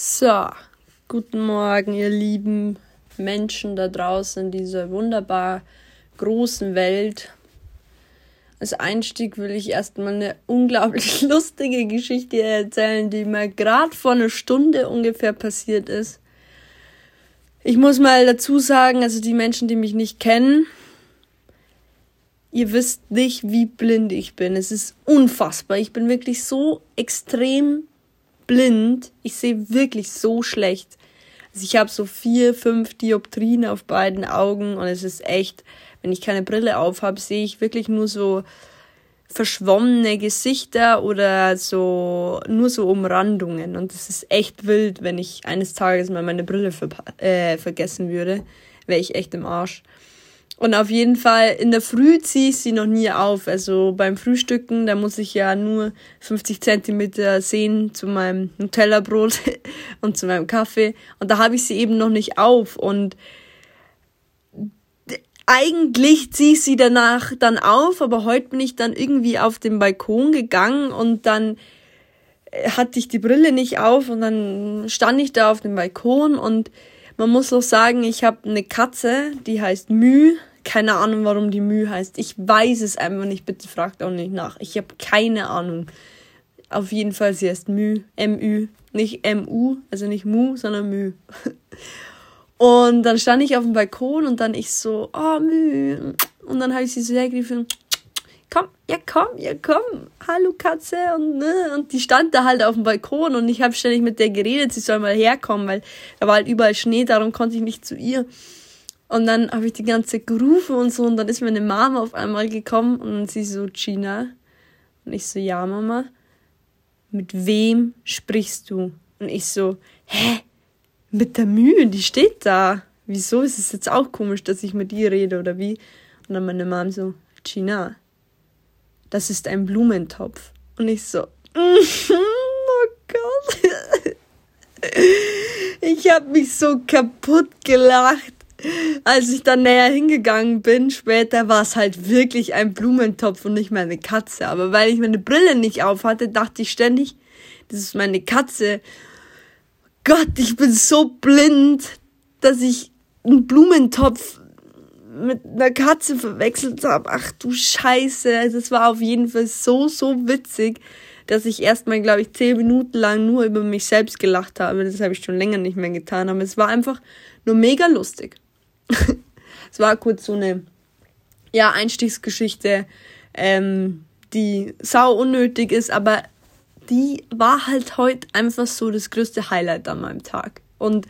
So, guten Morgen, ihr lieben Menschen da draußen in dieser wunderbar großen Welt. Als Einstieg will ich erstmal eine unglaublich lustige Geschichte erzählen, die mir gerade vor einer Stunde ungefähr passiert ist. Ich muss mal dazu sagen, also die Menschen, die mich nicht kennen, ihr wisst nicht, wie blind ich bin. Es ist unfassbar. Ich bin wirklich so extrem blind. Ich sehe wirklich so schlecht. Also ich habe so 4-5 Dioptrien auf beiden Augen und es ist echt, wenn ich keine Brille auf habe, sehe ich wirklich nur so verschwommene Gesichter oder so nur so Umrandungen. Und es ist echt wild, wenn ich eines Tages mal meine Brille vergessen würde. Wäre ich echt im Arsch. Und auf jeden Fall, in der Früh ziehe ich sie noch nie auf. Also beim Frühstücken, da muss ich ja nur 50 Zentimeter sehen zu meinem Nutella-Brot und zu meinem Kaffee. Und da habe ich sie eben noch nicht auf. Und eigentlich ziehe ich sie danach dann auf, aber heute bin ich dann irgendwie auf den Balkon gegangen und dann hatte ich die Brille nicht auf und dann stand ich da auf dem Balkon und man muss noch sagen, ich habe eine Katze, die heißt Müh. Keine Ahnung, warum die Müh heißt. Ich weiß es einfach nicht. Bitte fragt auch nicht nach. Ich habe keine Ahnung. Auf jeden Fall, sie heißt Müh. M-Ü. Nicht M-U. Also nicht Mu, sondern Müh. Und dann stand ich auf dem Balkon und dann ich so, oh Müh. Und dann habe ich sie so hergegriffen. Komm. Hallo Katze. Und die stand da halt auf dem Balkon und ich habe ständig mit der geredet, sie soll mal herkommen, weil da war halt überall Schnee, darum konnte ich nicht zu ihr. Und dann habe ich die ganze Zeit gerufen und so und dann ist meine Mama auf einmal gekommen und sie so, Gina. Und ich so, ja Mama, mit wem sprichst du? Und ich so, mit der Mühe, die steht da. Wieso ist es jetzt auch komisch, dass ich mit ihr rede oder wie? Und dann meine Mama so, Gina, das ist ein Blumentopf. Und ich so, oh Gott. Ich habe mich so kaputt gelacht. Als ich dann näher hingegangen bin, später war es halt wirklich ein Blumentopf und nicht meine Katze. Aber weil ich meine Brille nicht auf hatte, dachte ich ständig, das ist meine Katze. Gott, ich bin so blind, dass ich einen Blumentopf mit einer Katze verwechselt habe. Ach du Scheiße, das war auf jeden Fall so witzig, dass ich erstmal, glaube ich, 10 Minuten lang nur über mich selbst gelacht habe. Das habe ich schon länger nicht mehr getan, aber es war einfach nur mega lustig. Es war kurz so eine Einstiegsgeschichte, die sau unnötig ist, aber die war halt heute einfach so das größte Highlight an meinem Tag. Und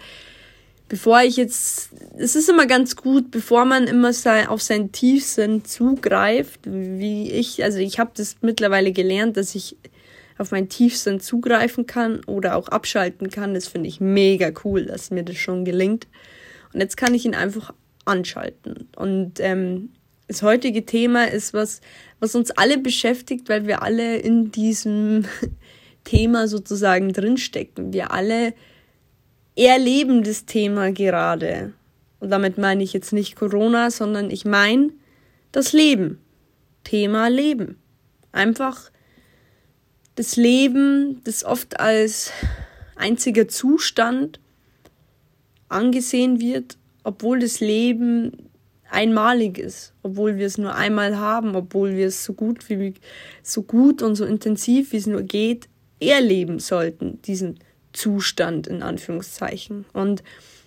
es ist immer ganz gut, bevor man immer auf sein Tiefsinn zugreift, ich habe das mittlerweile gelernt, dass ich auf mein Tiefsinn zugreifen kann oder auch abschalten kann. Das finde ich mega cool, dass mir das schon gelingt. Und jetzt kann ich ihn einfach anschalten. Und das heutige Thema ist was uns alle beschäftigt, weil wir alle in diesem Thema sozusagen drinstecken. Wir alle erleben das Thema gerade. Und damit meine ich jetzt nicht Corona, sondern ich meine das Leben. Thema Leben. Einfach das Leben, das oft als einziger Zustand angesehen wird, obwohl das Leben einmalig ist, obwohl wir es nur einmal haben, obwohl wir es so gut und so intensiv wie es nur geht erleben sollten, diesen Zustand in Anführungszeichen. Und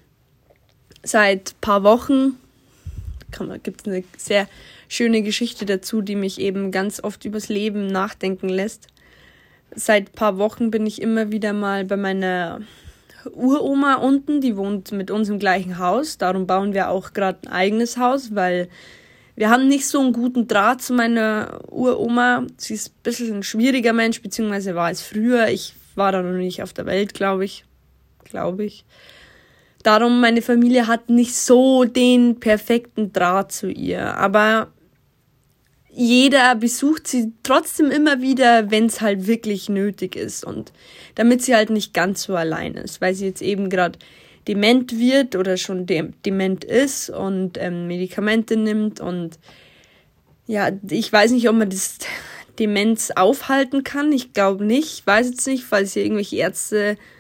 seit ein paar Wochen gibt es eine sehr schöne Geschichte dazu, die mich eben ganz oft übers Leben nachdenken lässt. Seit ein paar Wochen bin ich immer wieder mal bei meiner Uroma unten, die wohnt mit uns im gleichen Haus. Darum bauen wir auch gerade ein eigenes Haus, weil wir haben nicht so einen guten Draht zu meiner Uroma. Sie ist ein bisschen ein schwieriger Mensch, beziehungsweise war es früher. Ich war da noch nicht auf der Welt, glaube ich. Darum, meine Familie hat nicht so den perfekten Draht zu ihr. Aber jeder besucht sie trotzdem immer wieder, wenn es halt wirklich nötig ist. Und damit sie halt nicht ganz so allein ist, weil sie jetzt eben gerade dement wird oder schon dement ist und Medikamente nimmt. Und ja, ich weiß nicht, ob man das Demenz aufhalten kann. Ich glaube nicht. Ich weiß jetzt nicht, falls hier irgendwelche Ärzte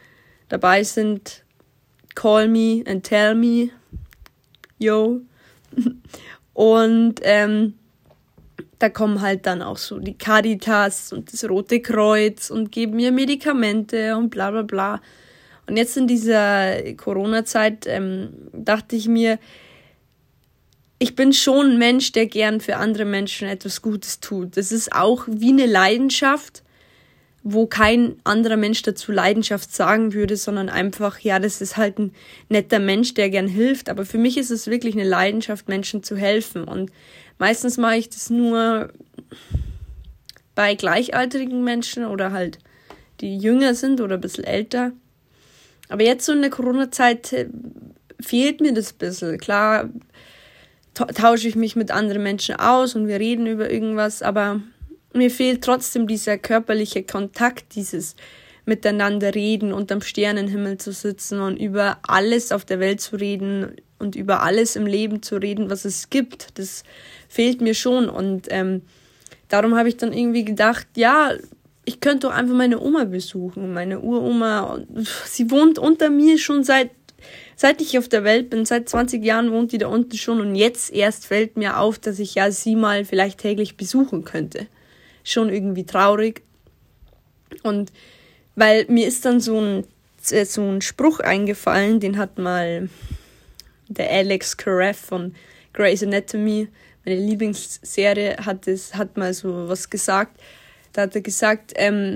dabei sind, call me and tell me, yo. Und da kommen halt dann auch so die Caritas und das Rote Kreuz und geben mir Medikamente und bla bla bla. Und jetzt in dieser Corona-Zeit dachte ich mir, ich bin schon ein Mensch, der gern für andere Menschen etwas Gutes tut. Das ist auch wie eine Leidenschaft, wo kein anderer Mensch dazu Leidenschaft sagen würde, sondern einfach, ja, das ist halt ein netter Mensch, der gern hilft. Aber für mich ist es wirklich eine Leidenschaft, Menschen zu helfen. Und meistens mache ich das nur bei gleichaltrigen Menschen oder halt, die jünger sind oder ein bisschen älter. Aber jetzt so in der Corona-Zeit fehlt mir das ein bisschen. Klar tausche ich mich mit anderen Menschen aus und wir reden über irgendwas, aber mir fehlt trotzdem dieser körperliche Kontakt, dieses Miteinander reden, unterm Sternenhimmel zu sitzen und über alles auf der Welt zu reden und über alles im Leben zu reden, was es gibt. Das fehlt mir schon und darum habe ich dann irgendwie gedacht, ja, ich könnte doch einfach meine Oma besuchen, meine Uroma. Sie wohnt unter mir schon seit ich auf der Welt bin, seit 20 Jahren wohnt die da unten schon und jetzt erst fällt mir auf, dass ich ja sie mal vielleicht täglich besuchen könnte. Schon irgendwie traurig. Und weil mir ist dann so ein Spruch eingefallen, den hat mal der Alex Karev von Grey's Anatomy, meine Lieblingsserie, hat mal so was gesagt. Da hat er gesagt,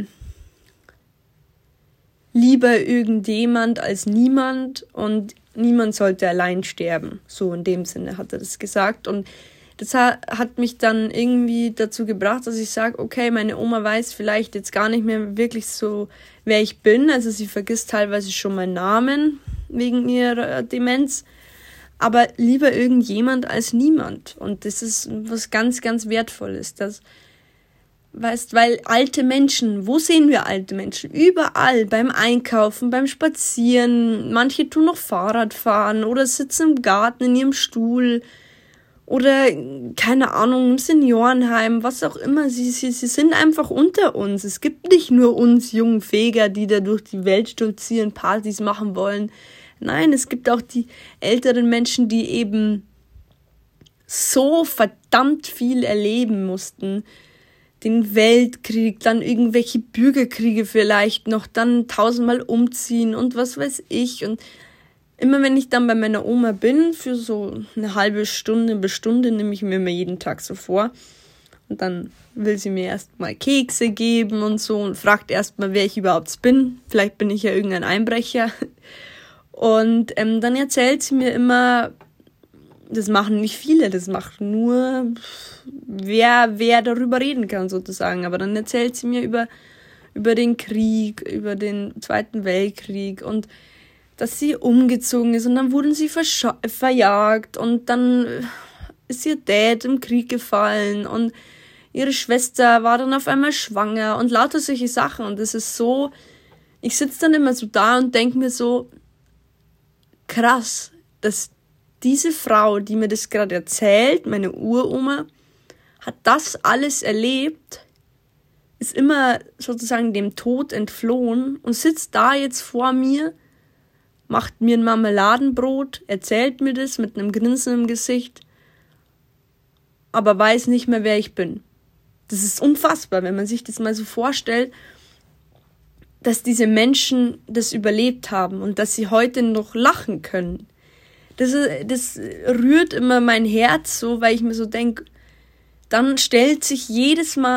lieber irgendjemand als niemand und niemand sollte allein sterben. So in dem Sinne hat er das gesagt. Und das hat mich dann irgendwie dazu gebracht, dass ich sage, okay, meine Oma weiß vielleicht jetzt gar nicht mehr wirklich so, wer ich bin. Also sie vergisst teilweise schon meinen Namen wegen ihrer Demenz. Aber lieber irgendjemand als niemand. Und das ist was ganz, ganz Wertvolles. Weil alte Menschen, wo sehen wir alte Menschen? Überall, beim Einkaufen, beim Spazieren. Manche tun noch Fahrrad fahren oder sitzen im Garten in ihrem Stuhl. Oder, keine Ahnung, im Seniorenheim, was auch immer. Sie sind einfach unter uns. Es gibt nicht nur uns jungen Feger, die da durch die Welt stolzieren, Partys machen wollen. Nein, es gibt auch die älteren Menschen, die eben so verdammt viel erleben mussten. Den Weltkrieg, dann irgendwelche Bürgerkriege vielleicht noch, dann 1000-mal umziehen und was weiß ich. Und immer wenn ich dann bei meiner Oma bin, für so eine halbe Stunde, bis Stunde, nehme ich mir immer jeden Tag so vor. Und dann will sie mir erstmal Kekse geben und so und fragt erstmal, wer ich überhaupt bin. Vielleicht bin ich ja irgendein Einbrecher. Und dann erzählt sie mir immer, das machen nicht viele, das macht nur wer darüber reden kann sozusagen. Aber dann erzählt sie mir über den Krieg, über den Zweiten Weltkrieg und dass sie umgezogen ist und dann wurden sie verjagt und dann ist ihr Dad im Krieg gefallen und ihre Schwester war dann auf einmal schwanger und lauter solche Sachen. Und das ist so, ich sitze dann immer so da und denke mir so, krass, dass diese Frau, die mir das gerade erzählt, meine Uroma, hat das alles erlebt, ist immer sozusagen dem Tod entflohen und sitzt da jetzt vor mir, macht mir ein Marmeladenbrot, erzählt mir das mit einem Grinsen im Gesicht, aber weiß nicht mehr, wer ich bin. Das ist unfassbar, wenn man sich das mal so vorstellt, dass diese Menschen das überlebt haben und dass sie heute noch lachen können. Das rührt immer mein Herz so, weil ich mir so denke, dann stelle ich mir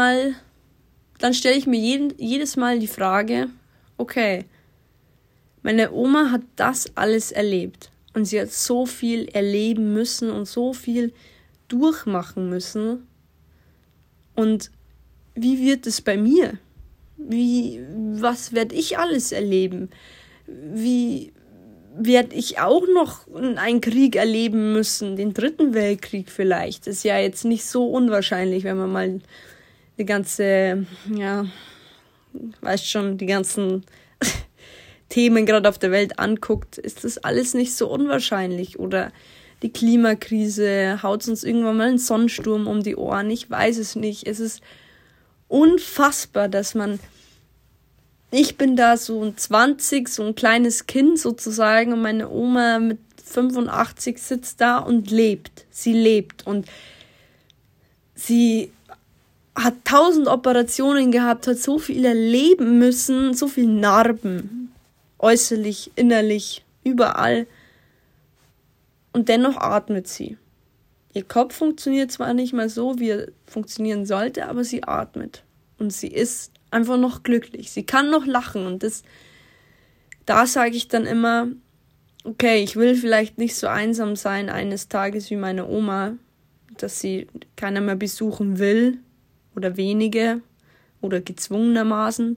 jedes Mal die Frage, okay, meine Oma hat das alles erlebt und sie hat so viel erleben müssen und so viel durchmachen müssen. Und wie wird es bei mir? Was werde ich alles erleben? Wie werde ich auch noch einen Krieg erleben müssen? Den 3. Weltkrieg vielleicht. Das ist ja jetzt nicht so unwahrscheinlich, wenn man mal die ganze, die ganzen Themen gerade auf der Welt anguckt, ist das alles nicht so unwahrscheinlich. Oder die Klimakrise, haut uns irgendwann mal ein Sonnensturm um die Ohren, ich weiß es nicht. Es ist unfassbar, dass man ich bin da so ein 20, so ein kleines Kind sozusagen, und meine Oma mit 85 sitzt da und lebt. Sie lebt und sie hat 1000 Operationen gehabt, hat so viel erleben müssen, so viel Narben, äußerlich, innerlich, überall. Und dennoch atmet sie. Ihr Kopf funktioniert zwar nicht mal so, wie er funktionieren sollte, aber sie atmet. Und sie ist einfach noch glücklich. Sie kann noch lachen. Und da sage ich dann immer, okay, ich will vielleicht nicht so einsam sein eines Tages wie meine Oma, dass sie keiner mehr besuchen will oder wenige oder gezwungenermaßen.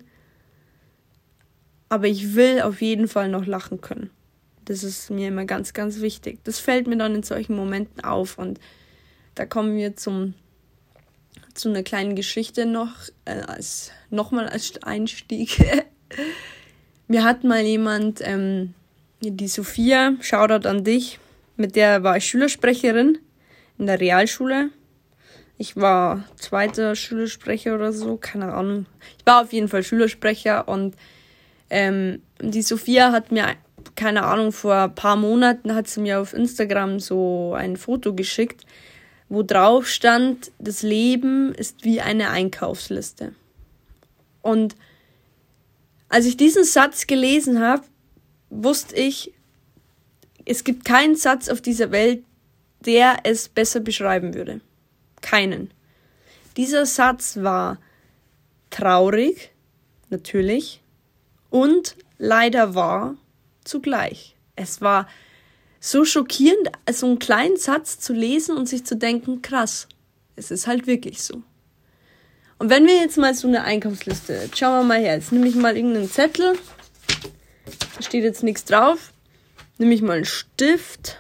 Aber ich will auf jeden Fall noch lachen können. Das ist mir immer ganz, ganz wichtig. Das fällt mir dann in solchen Momenten auf. Und da kommen wir zu einer kleinen Geschichte nochmal als Einstieg. Mir hat mal jemand, die Sophia, Shoutout an dich, mit der war ich Schülersprecherin in der Realschule. Ich war zweiter Schülersprecher oder so, keine Ahnung. Ich war auf jeden Fall Schülersprecher und die Sophia hat mir, keine Ahnung, vor ein paar Monaten hat sie mir auf Instagram so ein Foto geschickt, wo drauf stand, das Leben ist wie eine Einkaufsliste. Und als ich diesen Satz gelesen habe, wusste ich, es gibt keinen Satz auf dieser Welt, der es besser beschreiben würde. Keinen. Dieser Satz war traurig, natürlich, und leider wahr zugleich. Es war so schockierend, so einen kleinen Satz zu lesen und sich zu denken, krass, es ist halt wirklich so. Und wenn wir jetzt mal so eine Einkaufsliste, jetzt schauen wir mal her, jetzt nehme ich mal irgendeinen Zettel, da steht jetzt nichts drauf, nehme ich mal einen Stift,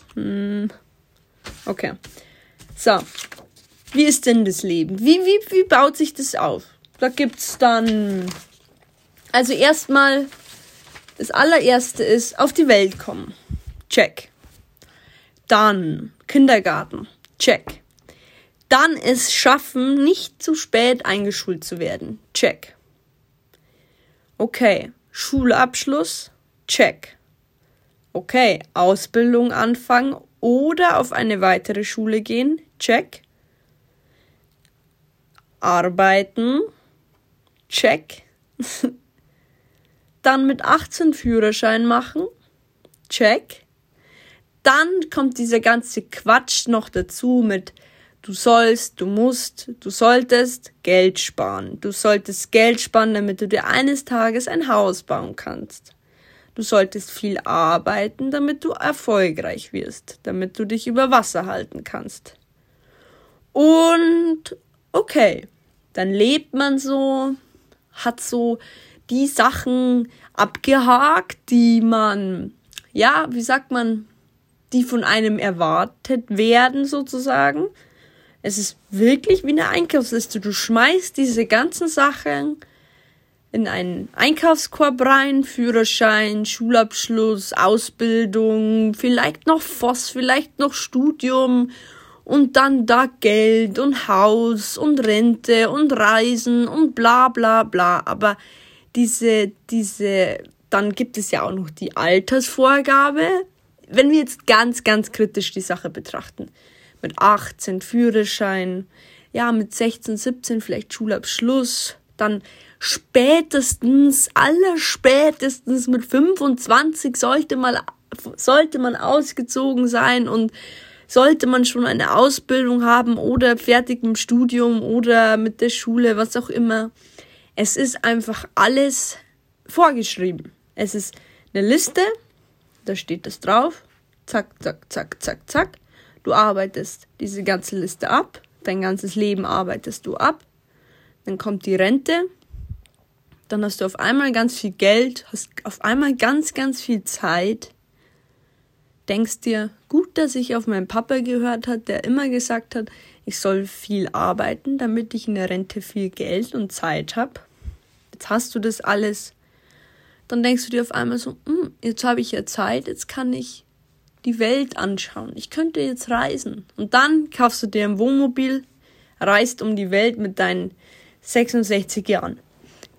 okay, so, wie ist denn das Leben? Wie baut sich das auf? Da gibt's dann, also erstmal, das allererste ist, auf die Welt kommen. Check. Dann Kindergarten. Check. Dann es schaffen, nicht zu spät eingeschult zu werden. Check. Okay. Schulabschluss. Check. Okay. Ausbildung anfangen oder auf eine weitere Schule gehen. Check. Arbeiten. Check. Dann mit 18 Führerschein machen. Check. Dann kommt dieser ganze Quatsch noch dazu mit du sollst, du musst, du solltest Geld sparen. Du solltest Geld sparen, damit du dir eines Tages ein Haus bauen kannst. Du solltest viel arbeiten, damit du erfolgreich wirst, damit du dich über Wasser halten kannst. Und okay, dann lebt man so, hat so die Sachen abgehakt, die man, ja, wie sagt man, die von einem erwartet werden sozusagen. Es ist wirklich wie eine Einkaufsliste. Du schmeißt diese ganzen Sachen in einen Einkaufskorb rein, Führerschein, Schulabschluss, Ausbildung, vielleicht noch FOS, vielleicht noch Studium und dann da Geld und Haus und Rente und Reisen und bla bla bla. Aber dann gibt es ja auch noch die Altersvorgabe. Wenn wir jetzt ganz, ganz kritisch die Sache betrachten, mit 18 Führerschein, ja, mit 16, 17 vielleicht Schulabschluss, dann allerspätestens mit 25 sollte man ausgezogen sein und sollte man schon eine Ausbildung haben oder fertig mit dem Studium oder mit der Schule, was auch immer. Es ist einfach alles vorgeschrieben. Es ist eine Liste, da steht das drauf, zack, zack, zack, zack, zack. Du arbeitest diese ganze Liste ab, dein ganzes Leben arbeitest du ab, dann kommt die Rente, dann hast du auf einmal ganz viel Geld, hast auf einmal ganz, ganz viel Zeit, denkst dir, gut, dass ich auf meinen Papa gehört habe, der immer gesagt hat, ich soll viel arbeiten, damit ich in der Rente viel Geld und Zeit habe. Jetzt hast du das alles. Dann denkst du dir auf einmal so, jetzt habe ich ja Zeit, jetzt kann ich die Welt anschauen. Ich könnte jetzt reisen. Und dann kaufst du dir ein Wohnmobil, reist um die Welt mit deinen 66 Jahren.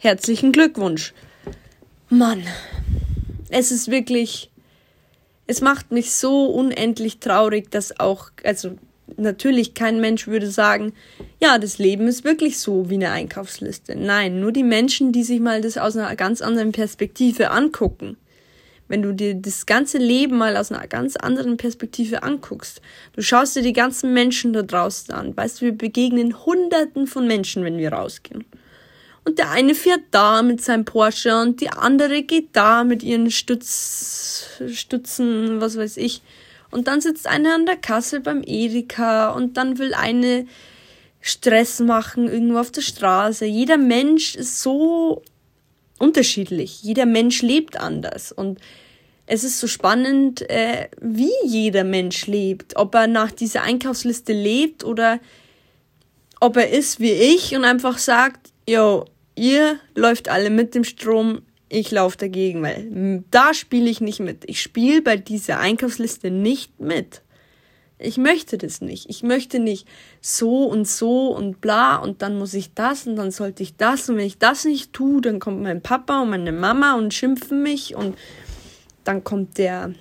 herzlichen Glückwunsch. Mann, es ist wirklich, es macht mich so unendlich traurig, dass auch, also natürlich kein Mensch würde sagen, ja, das Leben ist wirklich so wie eine Einkaufsliste. Nein, nur die Menschen, die sich mal das aus einer ganz anderen Perspektive angucken. Wenn du dir das ganze Leben mal aus einer ganz anderen Perspektive anguckst, du schaust dir die ganzen Menschen da draußen an, weißt du, wir begegnen Hunderten von Menschen, wenn wir rausgehen. Und der eine fährt da mit seinem Porsche und die andere geht da mit ihren Stützen, was weiß ich. Und dann sitzt eine an der Kasse beim Edeka und dann will eine Stress machen irgendwo auf der Straße. Jeder Mensch ist so unterschiedlich. Jeder Mensch lebt anders. Und es ist so spannend, wie jeder Mensch lebt. Ob er nach dieser Einkaufsliste lebt oder ob er ist wie ich und einfach sagt, yo, ihr läuft alle mit dem Strom, ich laufe dagegen, weil da spiele ich nicht mit. Ich spiele bei dieser Einkaufsliste nicht mit. Ich möchte das nicht. Ich möchte nicht so und bla und dann muss ich das und dann sollte ich das und wenn ich das nicht tue, dann kommt mein Papa und meine Mama und schimpfen mich und dann kommt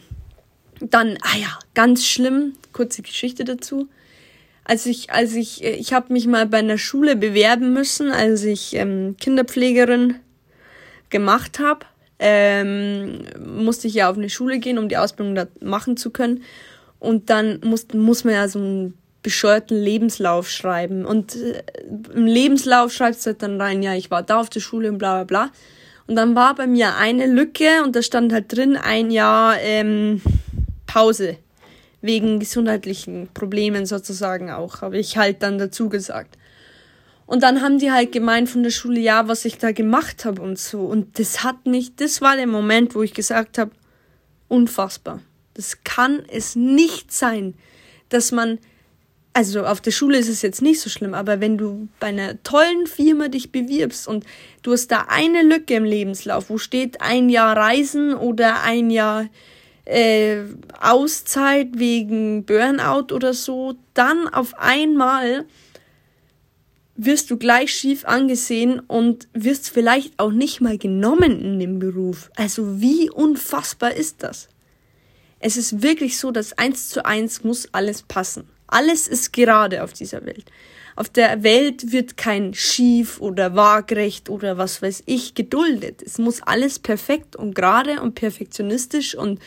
ganz schlimm, kurze Geschichte dazu. Ich habe mich mal bei einer Schule bewerben müssen, als ich Kinderpflegerin gemacht habe, musste ich ja auf eine Schule gehen, um die Ausbildung da machen zu können. Und dann muss man ja so einen bescheuerten Lebenslauf schreiben. Und im Lebenslauf schreibst du halt dann rein, ja, ich war da auf der Schule und bla bla bla. Und dann war bei mir eine Lücke und da stand halt drin, 1 Jahr Pause. Wegen gesundheitlichen Problemen sozusagen auch, habe ich halt dann dazu gesagt. Und dann haben die halt gemeint von der Schule, ja, was ich da gemacht habe und so. Und das war der Moment, wo ich gesagt habe, unfassbar. Das kann es nicht sein, dass man, also auf der Schule ist es jetzt nicht so schlimm, aber wenn du bei einer tollen Firma dich bewirbst und du hast da eine Lücke im Lebenslauf, wo steht 1 Jahr Reisen oder 1 Jahr Auszeit wegen Burnout oder so, dann auf einmal wirst du gleich schief angesehen und wirst vielleicht auch nicht mal genommen in dem Beruf. Also wie unfassbar ist das? Es ist wirklich so, dass 1:1 muss alles passen. Alles ist gerade auf dieser Welt. Auf der Welt wird kein schief oder waagrecht oder was weiß ich geduldet. Es muss alles perfekt und gerade und perfektionistisch und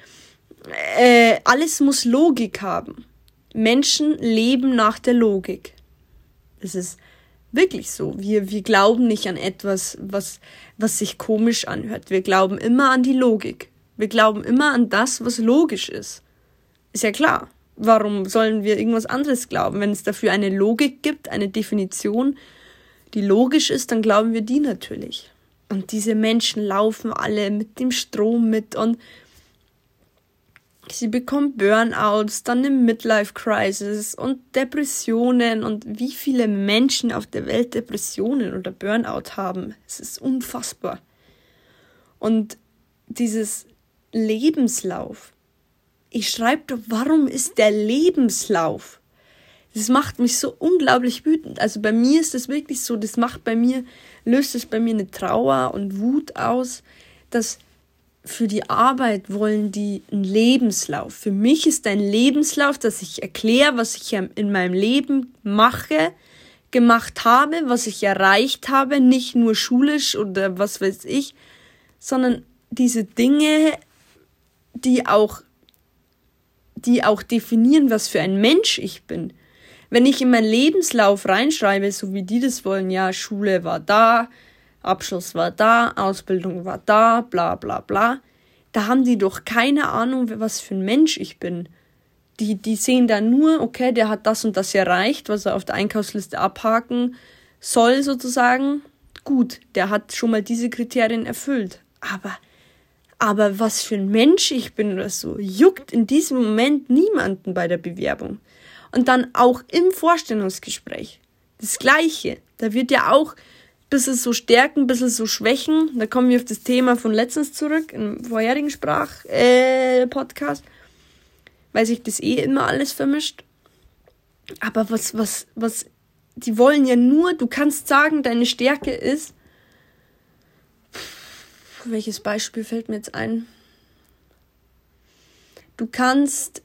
alles muss Logik haben. Menschen leben nach der Logik. Es ist wirklich so. Wir glauben nicht an etwas, was sich komisch anhört. Wir glauben immer an die Logik. Wir glauben immer an das, was logisch ist. Ist ja klar. Warum sollen wir irgendwas anderes glauben? Wenn es dafür eine Logik gibt, eine Definition, die logisch ist, dann glauben wir die natürlich. Und diese Menschen laufen alle mit dem Strom mit und sie bekommen Burnouts, dann eine Midlife-Crisis und Depressionen und wie viele Menschen auf der Welt Depressionen oder Burnout haben. Es ist unfassbar. Und dieses Lebenslauf, ich schreibe doch, warum ist der Lebenslauf? Das macht mich so unglaublich wütend. Also bei mir ist das wirklich so, löst es bei mir eine Trauer und Wut aus, dass für die Arbeit wollen die einen Lebenslauf. Für mich ist ein Lebenslauf, dass ich erkläre, was ich in meinem Leben gemacht habe, was ich erreicht habe, nicht nur schulisch oder was weiß ich, sondern diese Dinge, die auch definieren, was für ein Mensch ich bin. Wenn ich in meinen Lebenslauf reinschreibe, so wie die das wollen, ja, Schule war da, Abschluss war da, Ausbildung war da, bla bla bla, da haben die doch keine Ahnung, was für ein Mensch ich bin. Die sehen da nur, okay, der hat das und das erreicht, was er auf der Einkaufsliste abhaken soll sozusagen. Gut, der hat schon mal diese Kriterien erfüllt. Aber was für ein Mensch ich bin oder so, juckt in diesem Moment niemanden bei der Bewerbung. Und dann auch im Vorstellungsgespräch. Das Gleiche. Da wird ja auch ein bisschen so Stärken, ein bisschen so Schwächen. Da kommen wir auf das Thema von letztens zurück, im vorherigen Podcast, weil sich das immer alles vermischt. Aber die wollen ja nur, du kannst sagen, deine Stärke ist, welches Beispiel fällt mir jetzt ein? Du kannst,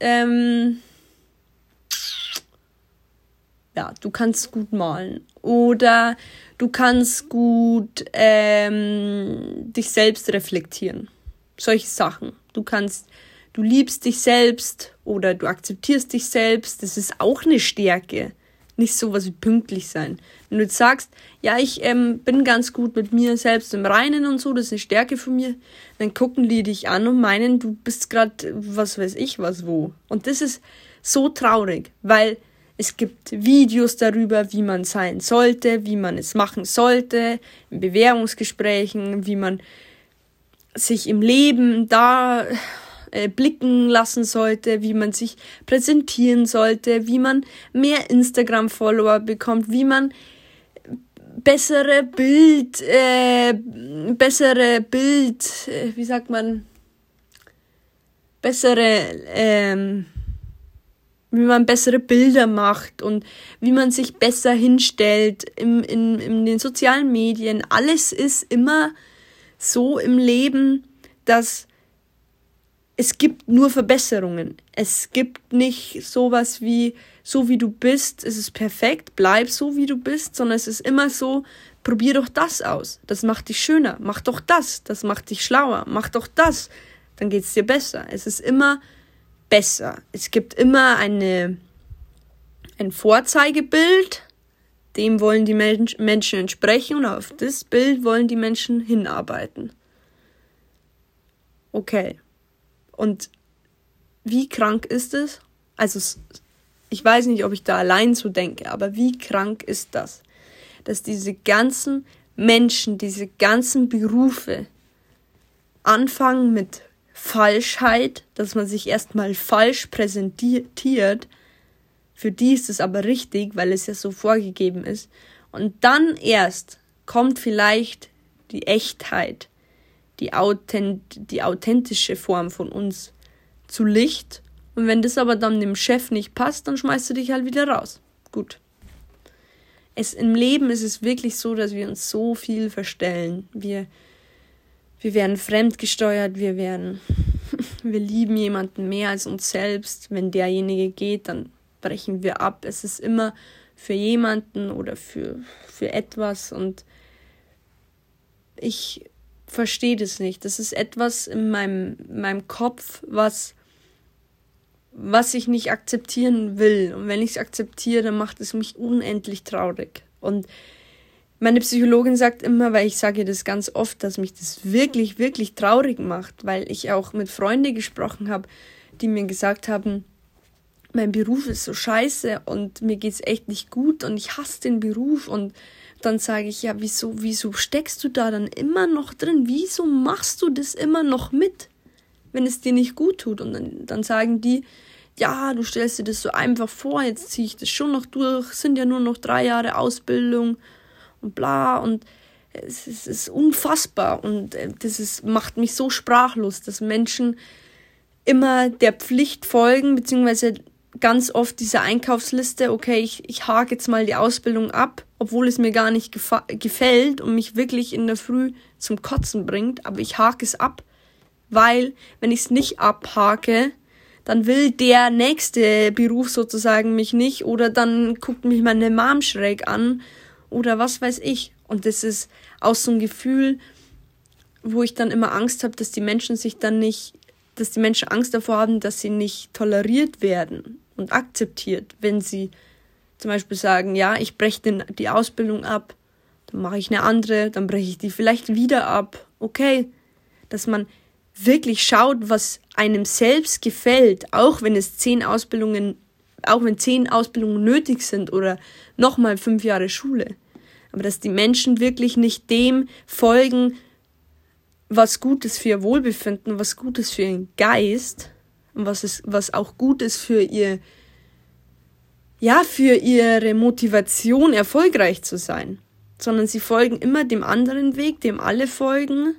du kannst gut malen oder du kannst gut dich selbst reflektieren. Solche Sachen. Du liebst dich selbst oder du akzeptierst dich selbst. Das ist auch eine Stärke. Nicht sowas wie pünktlich sein. Wenn du jetzt sagst, ja, ich bin ganz gut mit mir selbst im Reinen und so, das ist eine Stärke von mir, dann gucken die dich an und meinen, du bist gerade, was weiß ich was, wo. Und das ist so traurig, weil es gibt Videos darüber, wie man sein sollte, wie man es machen sollte, in Bewerbungsgesprächen, wie man sich im Leben da blicken lassen sollte, wie man sich präsentieren sollte, wie man mehr Instagram-Follower bekommt, wie man wie man bessere Bilder macht und wie man sich besser hinstellt in den sozialen Medien. Alles ist immer so im Leben, dass es gibt nur Verbesserungen. Es gibt nicht sowas wie, so wie du bist, es ist perfekt, bleib so wie du bist, sondern es ist immer so, probier doch das aus. Das macht dich schöner. Mach doch das. Das macht dich schlauer. Mach doch das. Dann geht's dir besser. Es ist immer besser. Es gibt immer ein Vorzeigebild, dem wollen die Menschen entsprechen und auf das Bild wollen die Menschen hinarbeiten. Okay. Und wie krank ist es? Also ich weiß nicht, ob ich da allein so denke, aber wie krank ist das? Dass diese ganzen Menschen, diese ganzen Berufe anfangen mit Falschheit, dass man sich erstmal falsch präsentiert. Für die ist es aber richtig, weil es ja so vorgegeben ist. Und dann erst kommt vielleicht die Echtheit, die authentische Form von uns zu Licht. Und wenn das aber dann dem Chef nicht passt, dann schmeißt du dich halt wieder raus. Gut. Im Leben ist es wirklich so, dass wir uns so viel verstellen. Wir werden fremdgesteuert, wir lieben jemanden mehr als uns selbst. Wenn derjenige geht, dann brechen wir ab. Es ist immer für jemanden oder für etwas und ich verstehe das nicht. Das ist etwas in meinem Kopf, was ich nicht akzeptieren will. Und wenn ich es akzeptiere, dann macht es mich unendlich traurig. Und meine Psychologin sagt immer, weil ich sage ihr das ganz oft, dass mich das wirklich, wirklich traurig macht, weil ich auch mit Freunden gesprochen habe, die mir gesagt haben, mein Beruf ist so scheiße und mir geht's echt nicht gut und ich hasse den Beruf. Und dann sage ich, ja, wieso steckst du da dann immer noch drin? Wieso machst du das immer noch mit, wenn es dir nicht gut tut? Und dann sagen die, ja, du stellst dir das so einfach vor, jetzt ziehe ich das schon noch durch, sind ja nur noch 3 Jahre Ausbildung und bla. Und es ist unfassbar und macht mich so sprachlos, dass Menschen immer der Pflicht folgen, beziehungsweise ganz oft diese Einkaufsliste, okay, ich hake jetzt mal die Ausbildung ab, obwohl es mir gar nicht gefällt und mich wirklich in der Früh zum Kotzen bringt, aber ich hake es ab, weil, wenn ich es nicht abhake, dann will der nächste Beruf sozusagen mich nicht oder dann guckt mich meine Mom schräg an oder was weiß ich. Und das ist auch so ein Gefühl, wo ich dann immer Angst habe, dass die Menschen Angst davor haben, dass sie nicht toleriert werden und akzeptiert, wenn sie zum Beispiel sagen, ja, ich breche die Ausbildung ab, dann mache ich eine andere, dann breche ich die vielleicht wieder ab. Okay, dass man wirklich schaut, was einem selbst gefällt, auch wenn 10 Ausbildungen nötig sind oder nochmal 5 Jahre Schule. Aber dass die Menschen wirklich nicht dem folgen, was gut ist für ihr Wohlbefinden, was gut ist für ihren Geist und was auch gut ist für ihre Motivation, erfolgreich zu sein. Sondern sie folgen immer dem anderen Weg, dem alle folgen.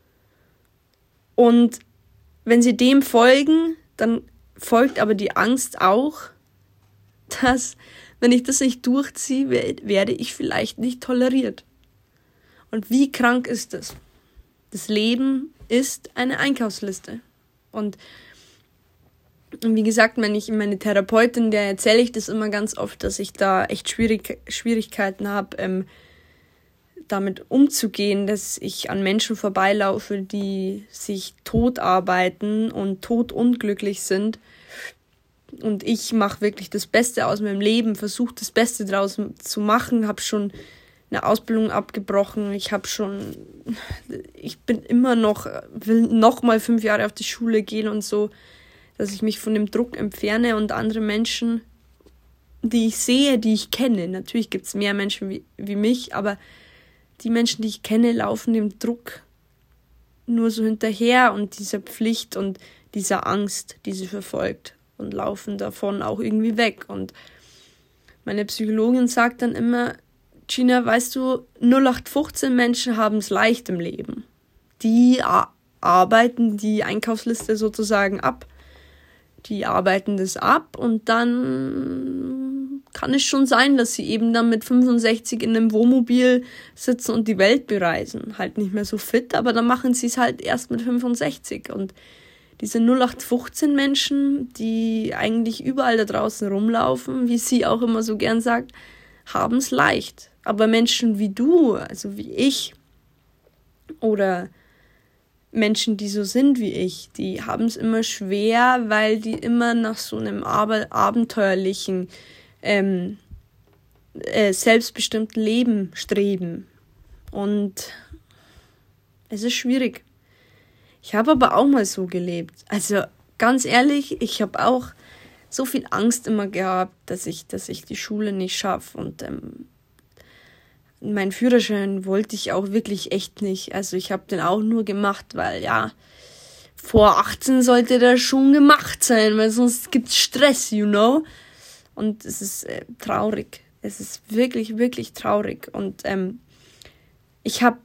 Und wenn sie dem folgen, dann folgt aber die Angst auch, dass, wenn ich das nicht durchziehe, werde ich vielleicht nicht toleriert. Und wie krank ist das? Das Leben ist eine Einkaufsliste. Und wie gesagt, wenn ich meine Therapeutin, der erzähle ich das immer ganz oft, dass ich da echt Schwierigkeiten habe, damit umzugehen, dass ich an Menschen vorbeilaufe, die sich tot arbeiten und totunglücklich sind. Und ich mache wirklich das Beste aus meinem Leben, versuche das Beste draus zu machen, habe schon eine Ausbildung abgebrochen, ich bin immer noch, will noch mal 5 Jahre auf die Schule gehen und so, dass ich mich von dem Druck entferne und andere Menschen, die ich sehe, die ich kenne, natürlich gibt es mehr Menschen wie mich, aber die Menschen, die ich kenne, laufen dem Druck nur so hinterher und dieser Pflicht und dieser Angst, die sie verfolgt und laufen davon auch irgendwie weg. Und meine Psychologin sagt dann immer, Gina, weißt du, 0815 Menschen haben es leicht im Leben. Die arbeiten die Einkaufsliste sozusagen ab. Die arbeiten das ab und dann kann es schon sein, dass sie eben dann mit 65 in einem Wohnmobil sitzen und die Welt bereisen. Halt nicht mehr so fit, aber dann machen sie es halt erst mit 65. Und diese 0815 Menschen, die eigentlich überall da draußen rumlaufen, wie sie auch immer so gern sagt, haben es leicht. Aber Menschen wie du, also wie ich, oder Menschen, die so sind wie ich, die haben es immer schwer, weil die immer nach so einem abenteuerlichen, selbstbestimmten Leben streben. Und es ist schwierig. Ich habe aber auch mal so gelebt. Also ganz ehrlich, ich habe auch so viel Angst immer gehabt, dass ich die Schule nicht schaffe. Und meinen Führerschein wollte ich auch wirklich echt nicht. Also ich habe den auch nur gemacht, weil ja, vor 18 sollte der schon gemacht sein, weil sonst gibt's Stress, you know. Und es ist traurig. Es ist wirklich, wirklich traurig. Und ich habe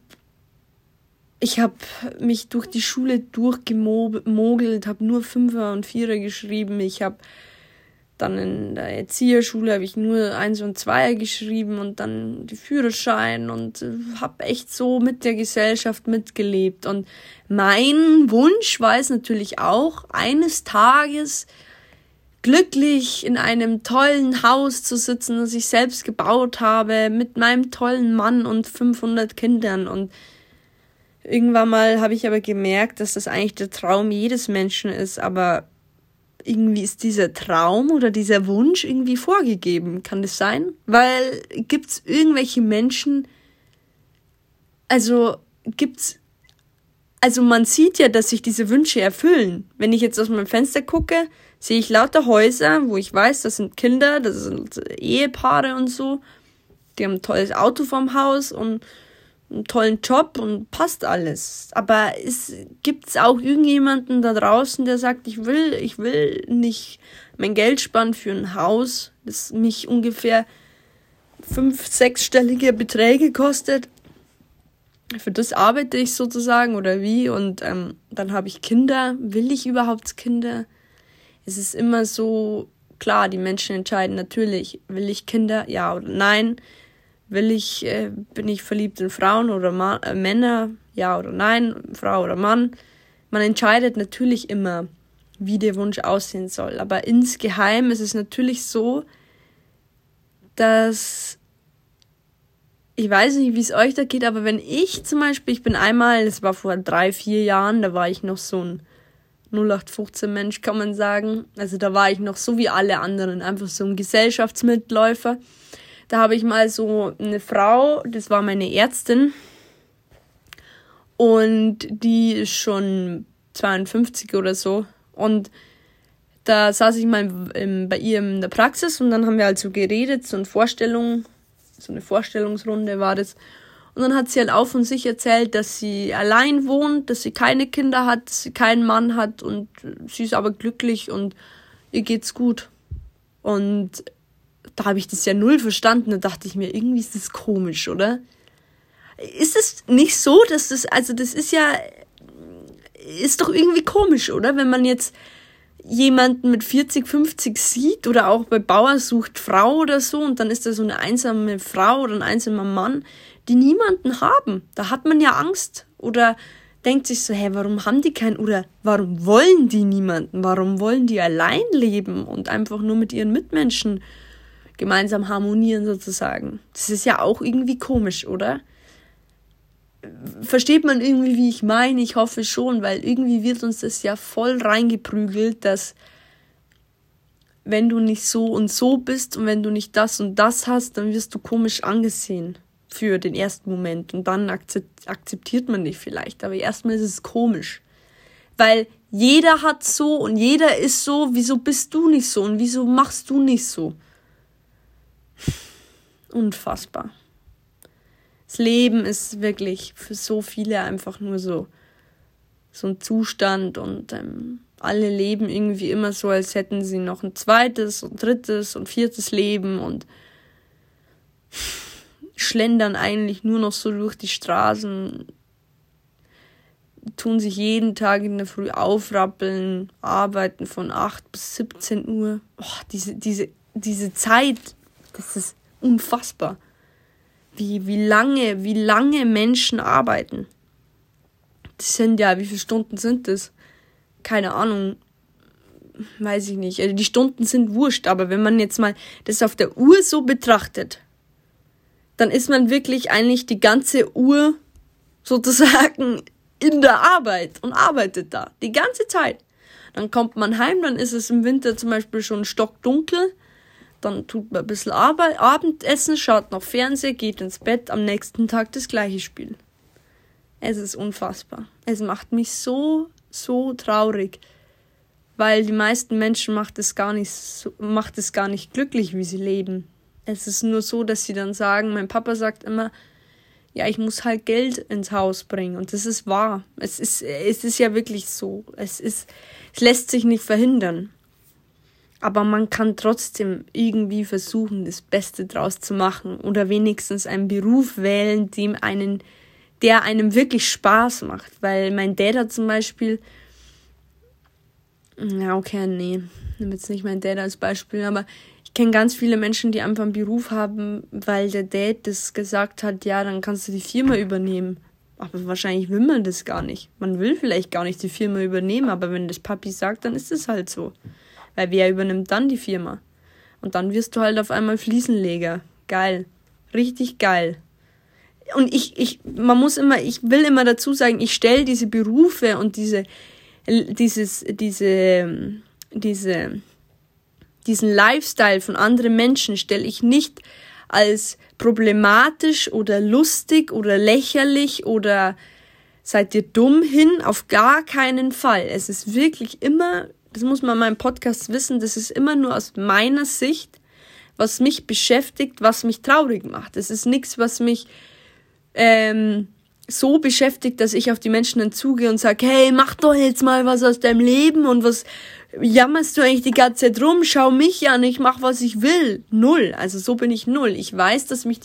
mich durch die Schule durchgemogelt, habe nur Fünfer und Vierer geschrieben. Ich habe dann in der Erzieherschule habe ich nur 1 und 2 geschrieben und dann die Führerschein und habe echt so mit der Gesellschaft mitgelebt. Und mein Wunsch war es natürlich auch, eines Tages glücklich in einem tollen Haus zu sitzen, das ich selbst gebaut habe, mit meinem tollen Mann und 500 Kindern. Und irgendwann mal habe ich aber gemerkt, dass das eigentlich der Traum jedes Menschen ist, aber irgendwie ist dieser Traum oder dieser Wunsch irgendwie vorgegeben. Kann das sein? Weil gibt's irgendwelche Menschen, also man sieht ja, dass sich diese Wünsche erfüllen. Wenn ich jetzt aus meinem Fenster gucke, sehe ich lauter Häuser, wo ich weiß, das sind Kinder, das sind Ehepaare und so. Die haben ein tolles Auto vorm Haus und einen tollen Job und passt alles. Aber gibt's auch irgendjemanden da draußen, der sagt, ich will nicht mein Geld sparen für ein Haus, das mich ungefähr 5-, 6-stellige Beträge kostet. Für das arbeite ich sozusagen oder wie? Und dann habe ich Kinder. Will ich überhaupt Kinder? Es ist immer so, klar, die Menschen entscheiden natürlich, will ich Kinder, ja oder nein? Bin ich verliebt in Frauen oder Männer, ja oder nein, Frau oder Mann? Man entscheidet natürlich immer, wie der Wunsch aussehen soll. Aber insgeheim ist es natürlich so, dass, ich weiß nicht, wie es euch da geht, aber wenn ich zum Beispiel, ich bin einmal, das war vor 3-4 Jahren, da war ich noch so ein 0815 Mensch, kann man sagen. Also da war ich noch so wie alle anderen, einfach so ein Gesellschaftsmitläufer. Da habe ich mal so eine Frau, das war meine Ärztin, und die ist schon 52 oder so. Und da saß ich mal bei ihr in der Praxis und dann haben wir halt so geredet, so eine Vorstellungsrunde war das. Und dann hat sie halt auch von sich erzählt, dass sie allein wohnt, dass sie keine Kinder hat, dass sie keinen Mann hat und sie ist aber glücklich und ihr geht's gut. Und da habe ich das ja null verstanden. Da dachte ich mir, irgendwie ist das komisch, oder? Ist es nicht so, dass das ist doch irgendwie komisch, oder? Wenn man jetzt jemanden mit 40, 50 sieht oder auch bei Bauer sucht Frau oder so und dann ist da so eine einsame Frau oder ein einsamer Mann, die niemanden haben. Da hat man ja Angst. Oder denkt sich so, warum haben die keinen, oder warum wollen die niemanden? Warum wollen die allein leben und einfach nur mit ihren Mitmenschen gemeinsam harmonieren sozusagen? Das ist ja auch irgendwie komisch, oder? Versteht man irgendwie, wie ich meine? Ich hoffe schon, weil irgendwie wird uns das ja voll reingeprügelt, dass wenn du nicht so und so bist und wenn du nicht das und das hast, dann wirst du komisch angesehen für den ersten Moment und dann akzeptiert man dich vielleicht, aber erstmal ist es komisch, weil jeder hat so und jeder ist so, wieso bist du nicht so und wieso machst du nicht so? Unfassbar. Das Leben ist wirklich für so viele einfach nur so ein Zustand und alle leben irgendwie immer so, als hätten sie noch ein zweites und drittes und viertes Leben und schlendern eigentlich nur noch so durch die Straßen, tun sich jeden Tag in der Früh aufrappeln, arbeiten von 8 bis 17 Uhr. Diese Zeit, das ist unfassbar. Wie lange Menschen arbeiten. Das sind ja, wie viele Stunden sind das? Keine Ahnung, weiß ich nicht. Also die Stunden sind wurscht, aber wenn man jetzt mal das auf der Uhr so betrachtet, dann ist man wirklich eigentlich die ganze Uhr sozusagen in der Arbeit und arbeitet da die ganze Zeit. Dann kommt man heim, dann ist es im Winter zum Beispiel schon stockdunkel, dann tut man ein bisschen Abendessen, schaut noch Fernsehen, geht ins Bett, am nächsten Tag das gleiche Spiel. Es ist unfassbar. Es macht mich so traurig, weil die meisten Menschen macht es gar nicht glücklich, wie sie leben. Es ist nur so, dass sie dann sagen, mein Papa sagt immer, ja, ich muss halt Geld ins Haus bringen. Und das ist wahr. Es ist ja wirklich so. Es lässt sich nicht verhindern. Aber man kann trotzdem irgendwie versuchen, das Beste draus zu machen. Oder wenigstens einen Beruf wählen, der einem wirklich Spaß macht. Weil mein Dad hat zum Beispiel, nehme jetzt nicht mein Dad als Beispiel, aber ich kenne ganz viele Menschen, die einfach einen Beruf haben, weil der Dad das gesagt hat, ja, dann kannst du die Firma übernehmen. Aber wahrscheinlich will man das gar nicht. Man will vielleicht gar nicht die Firma übernehmen, aber wenn das Papi sagt, dann ist es halt so. Weil wer übernimmt dann die Firma? Und dann wirst du halt auf einmal Fliesenleger. Geil. Richtig geil. Und ich will immer dazu sagen, ich stelle diese Berufe und diesen Lifestyle von anderen Menschen stelle ich nicht als problematisch oder lustig oder lächerlich oder seid ihr dumm hin, auf gar keinen Fall. Es ist wirklich immer, das muss man in meinem Podcast wissen, das ist immer nur aus meiner Sicht, was mich beschäftigt, was mich traurig macht. Es ist nichts, was mich so beschäftigt, dass ich auf die Menschen dann zugehe und sage, hey, mach doch jetzt mal was aus deinem Leben und was jammerst du eigentlich die ganze Zeit rum? Schau mich an, ich mach, was ich will. Null. Also so bin ich null. Ich weiß, dass mich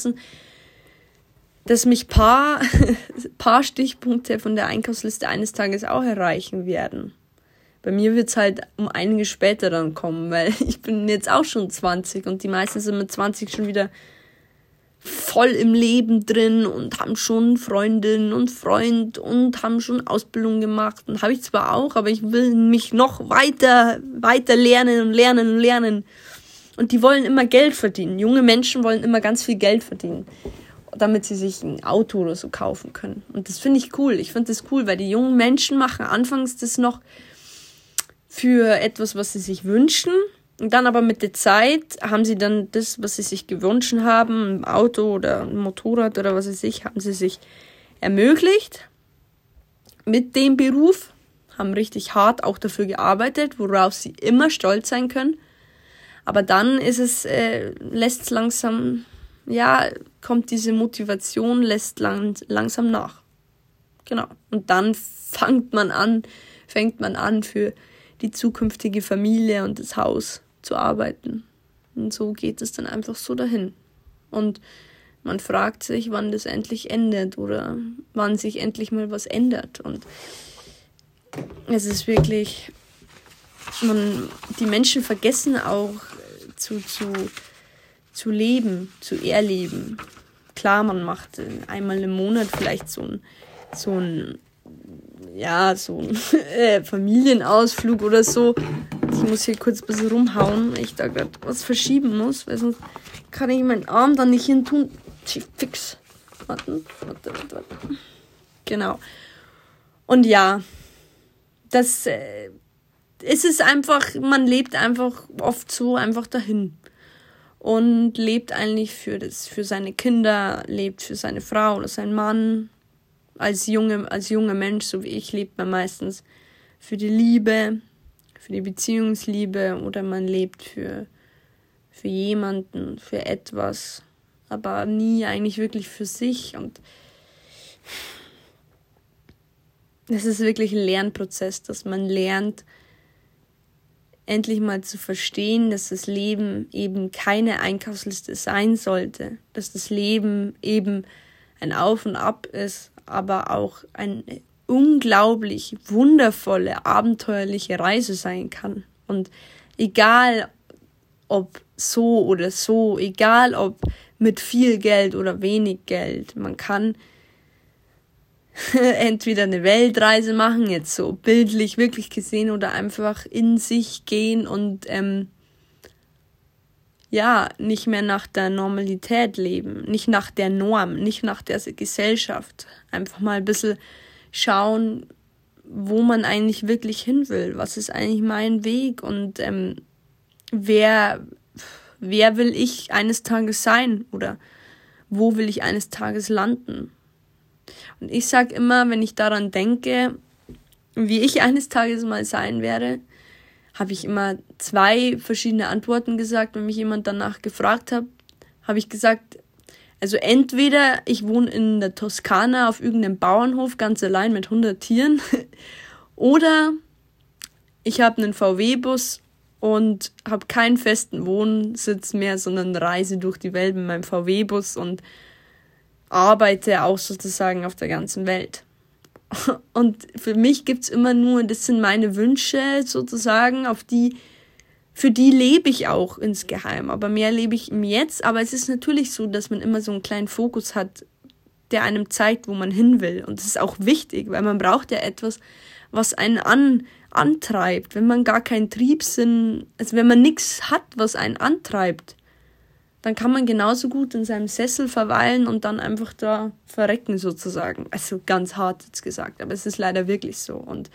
paar Stichpunkte von der Einkaufsliste eines Tages auch erreichen werden. Bei mir wird's halt um einiges später dann kommen, weil ich bin jetzt auch schon 20 und die meisten sind mit 20 schon wieder voll im Leben drin und haben schon Freundin und Freund und haben schon Ausbildung gemacht und habe ich zwar auch, aber ich will mich noch weiter lernen und die wollen immer Geld verdienen. Junge Menschen wollen immer ganz viel Geld verdienen, damit sie sich ein Auto oder so kaufen können und das finde ich cool. Ich finde das cool, weil die jungen Menschen machen anfangs das noch für etwas, was sie sich wünschen. Und dann aber mit der Zeit haben sie dann das, was sie sich gewünscht haben, ein Auto oder ein Motorrad oder was weiß ich, haben sie sich ermöglicht mit dem Beruf, haben richtig hart auch dafür gearbeitet, worauf sie immer stolz sein können. Aber dann ist es, lässt langsam, kommt diese Motivation, lässt langsam nach. Genau. Und dann fängt man an für die zukünftige Familie und das Haus zu arbeiten. Und so geht es dann einfach so dahin. Und man fragt sich, wann das endlich endet oder wann sich endlich mal was ändert. Und es ist wirklich, die Menschen vergessen auch zu leben, zu erleben. Klar, man macht einmal im Monat vielleicht so ein so ein Familienausflug oder so. Ich muss hier kurz ein bisschen rumhauen, weil ich da gerade was verschieben muss, weil sonst kann ich meinen Arm dann nicht hin tun. Fix. Warte. Genau. Und ja, das es ist einfach, man lebt einfach oft so einfach dahin. Und lebt eigentlich für seine Kinder, lebt für seine Frau oder seinen Mann. Als junger Mensch, so wie ich, lebt man meistens für die Liebe, für die Beziehungsliebe oder man lebt für jemanden, für etwas, aber nie eigentlich wirklich für sich. Und es ist wirklich ein Lernprozess, dass man lernt, endlich mal zu verstehen, dass das Leben eben keine Einkaufsliste sein sollte, dass das Leben eben ein Auf und Ab ist, aber auch eine unglaublich wundervolle, abenteuerliche Reise sein kann. Und egal, ob so oder so, egal, ob mit viel Geld oder wenig Geld, man kann entweder eine Weltreise machen, jetzt so bildlich wirklich gesehen, oder einfach in sich gehen und nicht mehr nach der Normalität leben, nicht nach der Norm, nicht nach der Gesellschaft. Einfach mal ein bisschen schauen, wo man eigentlich wirklich hin will. Was ist eigentlich mein Weg und wer will ich eines Tages sein oder wo will ich eines Tages landen? Und ich sage immer, wenn ich daran denke, wie ich eines Tages mal sein werde, habe ich immer 2 verschiedene Antworten gesagt. Wenn mich jemand danach gefragt hat, habe ich gesagt, also entweder ich wohne in der Toskana auf irgendeinem Bauernhof ganz allein mit 100 Tieren oder ich habe einen VW-Bus und habe keinen festen Wohnsitz mehr, sondern reise durch die Welt mit meinem VW-Bus und arbeite auch sozusagen auf der ganzen Welt. Und für mich gibt's immer nur, das sind meine Wünsche sozusagen, für die lebe ich auch insgeheim, aber mehr lebe ich im Jetzt. Aber es ist natürlich so, dass man immer so einen kleinen Fokus hat, der einem zeigt, wo man hin will. Und das ist auch wichtig, weil man braucht ja etwas, was einen antreibt. Wenn man gar keinen Triebsinn, also wenn man nichts hat, was einen antreibt, dann kann man genauso gut in seinem Sessel verweilen und dann einfach da verrecken sozusagen. Also ganz hart jetzt gesagt, aber es ist leider wirklich so. Und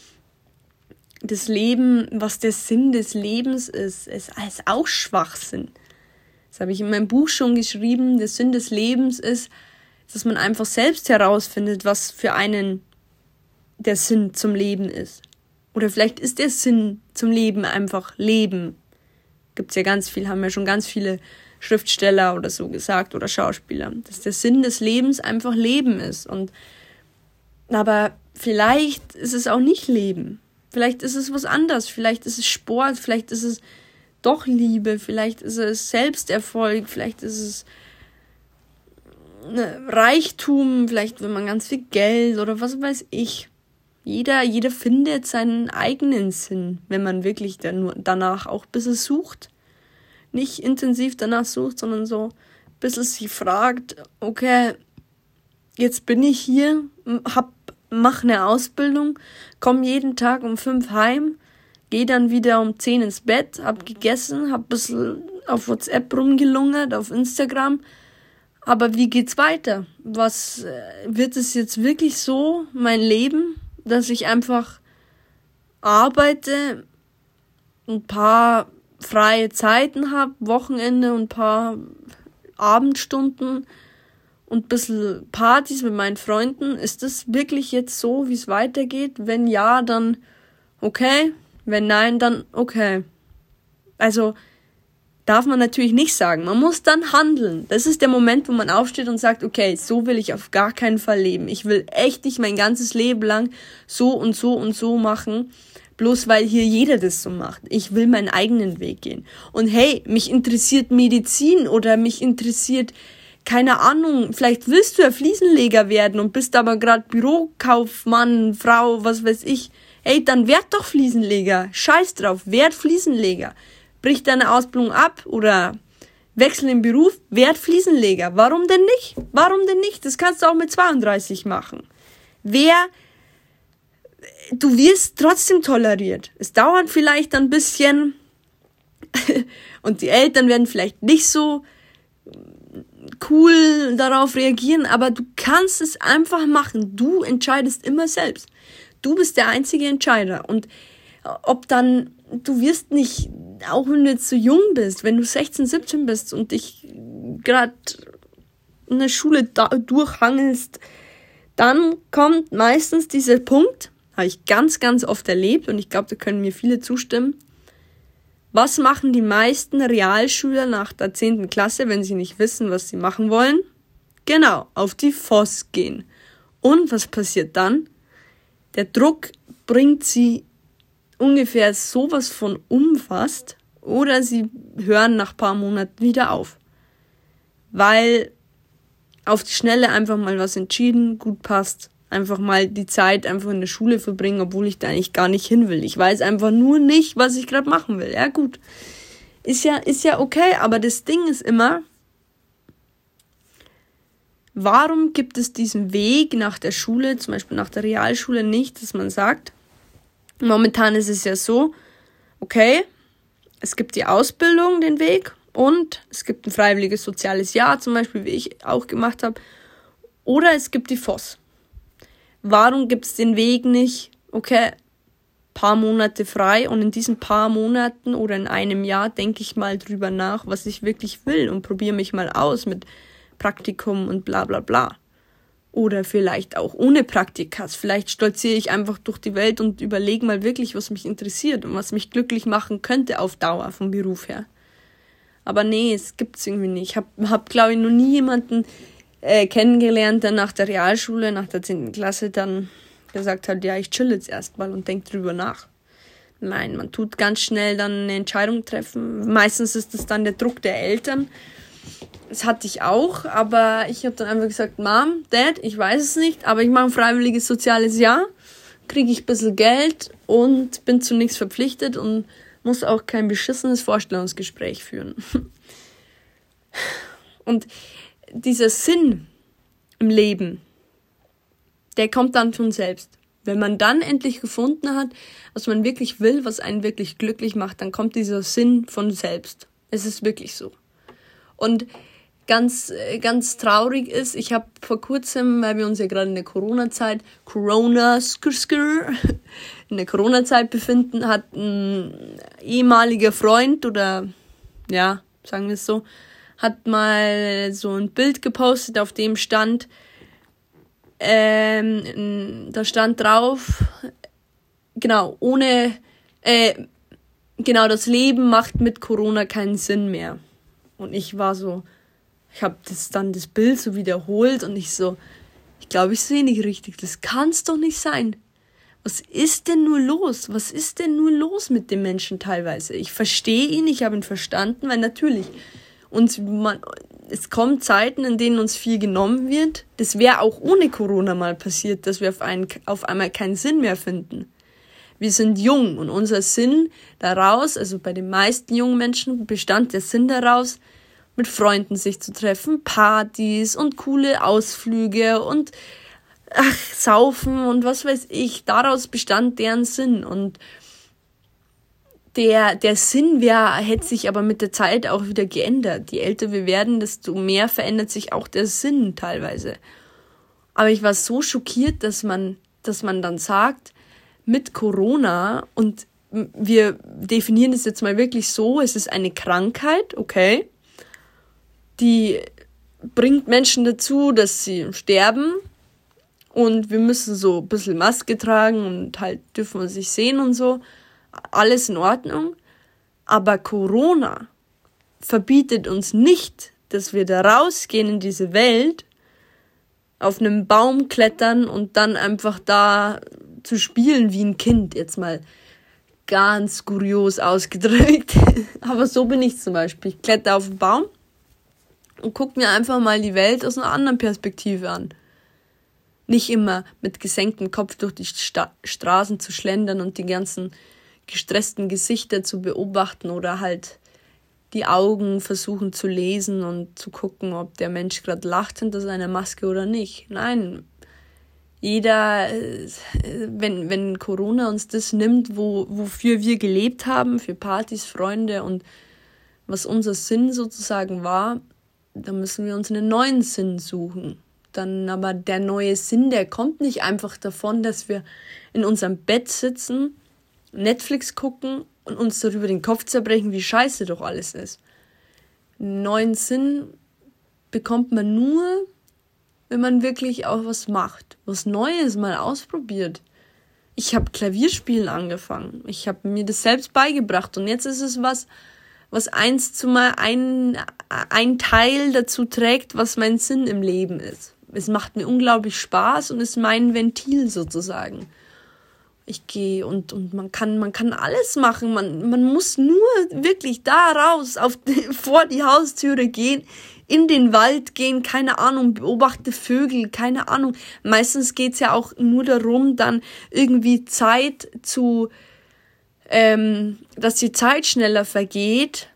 das Leben, was der Sinn des Lebens ist auch Schwachsinn. Das habe ich in meinem Buch schon geschrieben. Der Sinn des Lebens ist, dass man einfach selbst herausfindet, was für einen der Sinn zum Leben ist. Oder vielleicht ist der Sinn zum Leben einfach Leben. Gibt's ja ganz viel, haben ja schon ganz viele Schriftsteller oder so gesagt oder Schauspieler, dass der Sinn des Lebens einfach Leben ist. Aber vielleicht ist es auch nicht Leben. Vielleicht ist es was anderes. Vielleicht ist es Sport, vielleicht ist es doch Liebe, vielleicht ist es Selbsterfolg, vielleicht ist es Reichtum, vielleicht will man ganz viel Geld oder was weiß ich. Jeder findet seinen eigenen Sinn, wenn man wirklich dann nur danach auch ein bisschen sucht. Nicht intensiv danach sucht, sondern so ein bisschen sich fragt, okay, jetzt bin ich hier, mach eine Ausbildung, komm jeden Tag um 5 heim, gehe dann wieder um 10 ins Bett, hab gegessen, hab ein bisschen auf WhatsApp rumgelungert, auf Instagram. Aber wie geht's weiter? Was wird es jetzt wirklich so, mein Leben, dass ich einfach arbeite, ein paar freie Zeiten habe, Wochenende und ein paar Abendstunden und ein bisschen Partys mit meinen Freunden? Ist das wirklich jetzt so, wie es weitergeht? Wenn ja, dann okay. Wenn nein, dann okay. Also darf man natürlich nicht sagen. Man muss dann handeln. Das ist der Moment, wo man aufsteht und sagt, okay, so will ich auf gar keinen Fall leben. Ich will echt nicht mein ganzes Leben lang so und so und so machen, bloß weil hier jeder das so macht. Ich will meinen eigenen Weg gehen. Und hey, mich interessiert Medizin oder mich interessiert, keine Ahnung, vielleicht willst du ja Fliesenleger werden und bist aber gerade Bürokaufmann, Frau, was weiß ich. Hey, dann werd doch Fliesenleger. Scheiß drauf, werd Fliesenleger. Brich deine Ausbildung ab oder wechsel den Beruf, werd Fliesenleger. Warum denn nicht? Warum denn nicht? Das kannst du auch mit 32 machen. Wer du wirst trotzdem toleriert. Es dauert vielleicht ein bisschen und die Eltern werden vielleicht nicht so cool darauf reagieren, aber du kannst es einfach machen. Du entscheidest immer selbst. Du bist der einzige Entscheider. Und ob dann, du wirst nicht, auch wenn du jetzt so jung bist, wenn du 16, 17 bist und dich gerade in der Schule durchhangelst, dann kommt meistens dieser Punkt, habe ich ganz, ganz oft erlebt und ich glaube, da können mir viele zustimmen. Was machen die meisten Realschüler nach der 10. Klasse, wenn sie nicht wissen, was sie machen wollen? Genau, auf die FOS gehen. Und was passiert dann? Der Druck bringt sie ungefähr sowas von fast oder sie hören nach ein paar Monaten wieder auf. Weil auf die Schnelle einfach mal was entschieden, gut passt. Einfach mal die Zeit einfach in der Schule verbringen, obwohl ich da eigentlich gar nicht hin will. Ich weiß einfach nur nicht, was ich gerade machen will. Ja gut, ist ja okay, aber das Ding ist immer, warum gibt es diesen Weg nach der Schule, zum Beispiel nach der Realschule nicht, dass man sagt, momentan ist es ja so, okay, es gibt die Ausbildung, den Weg, und es gibt ein freiwilliges soziales Jahr, zum Beispiel, wie ich auch gemacht habe, oder es gibt die FOS. Warum gibt es den Weg nicht, okay, paar Monate frei und in diesen paar Monaten oder in einem Jahr denke ich mal drüber nach, was ich wirklich will und probiere mich mal aus mit Praktikum und bla bla bla. Oder vielleicht auch ohne Praktikas. Vielleicht stolziere ich einfach durch die Welt und überlege mal wirklich, was mich interessiert und was mich glücklich machen könnte auf Dauer vom Beruf her. Aber nee, es gibt's irgendwie nicht. Ich hab glaube ich, noch nie jemanden kennengelernt, der nach der Realschule, nach der 10. Klasse dann gesagt hat, ja, ich chill jetzt erstmal und denk drüber nach. Nein, man tut ganz schnell dann eine Entscheidung treffen. Meistens ist das dann der Druck der Eltern. Das hatte ich auch, aber ich habe dann einfach gesagt, Mom, Dad, ich weiß es nicht, aber ich mache ein freiwilliges soziales Jahr, kriege ich ein bisschen Geld und bin zu nichts verpflichtet und muss auch kein beschissenes Vorstellungsgespräch führen. Und dieser Sinn im Leben, der kommt dann von selbst. Wenn man dann endlich gefunden hat, was man wirklich will, was einen wirklich glücklich macht, dann kommt dieser Sinn von selbst. Es ist wirklich so. Und ganz, ganz traurig ist, ich habe vor kurzem, weil wir uns ja gerade in der Corona-Zeit, in der Corona-Zeit befinden, hat ein ehemaliger Freund oder, ja, sagen wir es so, hat mal so ein Bild gepostet, auf dem stand, da stand drauf, genau, das Leben macht mit Corona keinen Sinn mehr. Und ich war so, ich habe das Bild so wiederholt und ich glaube, ich sehe nicht richtig, das kann's doch nicht sein. Was ist denn nur los? Was ist denn nur los mit dem Menschen teilweise? Ich verstehe ihn, ich habe ihn verstanden, weil natürlich es kommen Zeiten, in denen uns viel genommen wird. Das wäre auch ohne Corona mal passiert, dass wir auf einmal keinen Sinn mehr finden. Wir sind jung und unser Sinn daraus, also bei den meisten jungen Menschen, bestand der Sinn daraus, mit Freunden sich zu treffen, Partys und coole Ausflüge und Saufen und was weiß ich. Daraus bestand deren Sinn und der Sinn hätte sich aber mit der Zeit auch wieder geändert. Je älter wir werden, desto mehr verändert sich auch der Sinn teilweise. Aber ich war so schockiert, dass man dann sagt, mit Corona, und wir definieren es jetzt mal wirklich so, es ist eine Krankheit, okay, die bringt Menschen dazu, dass sie sterben und wir müssen so ein bisschen Maske tragen und halt dürfen wir sich sehen und so. Alles in Ordnung, aber Corona verbietet uns nicht, dass wir da rausgehen in diese Welt, auf einem Baum klettern und dann einfach da zu spielen wie ein Kind, jetzt mal ganz kurios ausgedrückt. Aber so bin ich zum Beispiel. Ich kletter auf den Baum und gucke mir einfach mal die Welt aus einer anderen Perspektive an. Nicht immer mit gesenktem Kopf durch die Straßen zu schlendern und die ganzen gestressten Gesichter zu beobachten oder halt die Augen versuchen zu lesen und zu gucken, ob der Mensch gerade lacht hinter seiner Maske oder nicht. Nein, Jeder, wenn Corona uns das nimmt, wofür wir gelebt haben, für Partys, Freunde und was unser Sinn sozusagen war, dann müssen wir uns einen neuen Sinn suchen. Dann aber der neue Sinn, der kommt nicht einfach davon, dass wir in unserem Bett sitzen, Netflix gucken und uns darüber den Kopf zerbrechen, wie scheiße doch alles ist. Einen neuen Sinn bekommt man nur, wenn man wirklich auch was macht, was Neues mal ausprobiert. Ich habe Klavierspielen angefangen. Ich habe mir das selbst beigebracht und jetzt ist es was einst zumal ein Teil dazu trägt, was mein Sinn im Leben ist. Es macht mir unglaublich Spaß und ist mein Ventil sozusagen. Ich gehe und man kann alles machen. Man muss nur wirklich da raus, vor die Haustüre gehen, in den Wald gehen, keine Ahnung, beobachte Vögel, keine Ahnung. Meistens geht's ja auch nur darum, dann irgendwie Zeit dass die Zeit schneller vergeht,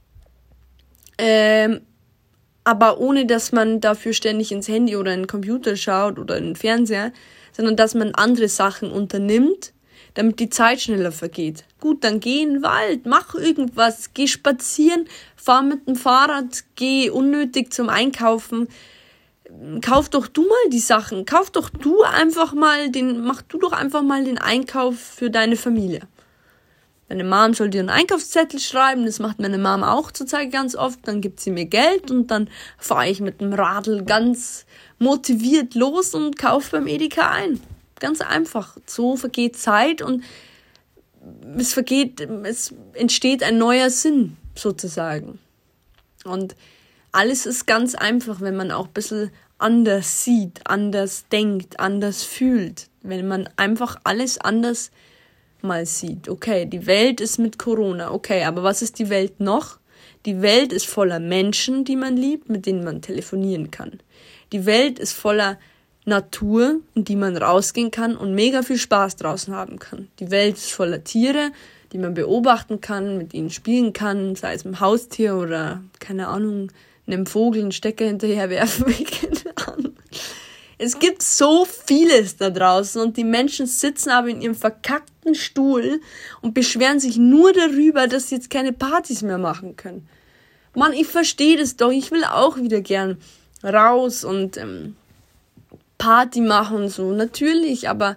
aber ohne, dass man dafür ständig ins Handy oder in den Computer schaut oder in den Fernseher, sondern dass man andere Sachen unternimmt, damit die Zeit schneller vergeht. Gut, dann geh in den Wald, mach irgendwas, geh spazieren, fahr mit dem Fahrrad, geh unnötig zum Einkaufen, kauf doch du mal die Sachen, mach du doch einfach mal den Einkauf für deine Familie. Deine Mom soll dir einen Einkaufszettel schreiben, das macht meine Mom auch zurzeit ganz oft, dann gibt sie mir Geld und dann fahre ich mit dem Radl ganz motiviert los und kaufe beim Edeka ein. Ganz einfach. So vergeht Zeit und es entsteht ein neuer Sinn sozusagen. Und alles ist ganz einfach, wenn man auch ein bisschen anders sieht, anders denkt, anders fühlt. Wenn man einfach alles anders mal sieht. Okay, die Welt ist mit Corona. Okay, aber was ist die Welt noch? Die Welt ist voller Menschen, die man liebt, mit denen man telefonieren kann. Die Welt ist voller Natur, in die man rausgehen kann und mega viel Spaß draußen haben kann. Die Welt ist voller Tiere, die man beobachten kann, mit ihnen spielen kann, sei es einem Haustier oder, keine Ahnung, einem Vogel einen Stecker hinterherwerfen. Keine Ahnung. Es gibt so vieles da draußen und die Menschen sitzen aber in ihrem verkackten Stuhl und beschweren sich nur darüber, dass sie jetzt keine Partys mehr machen können. Mann, ich verstehe das doch. Ich will auch wieder gern raus und Party machen und so. Natürlich, aber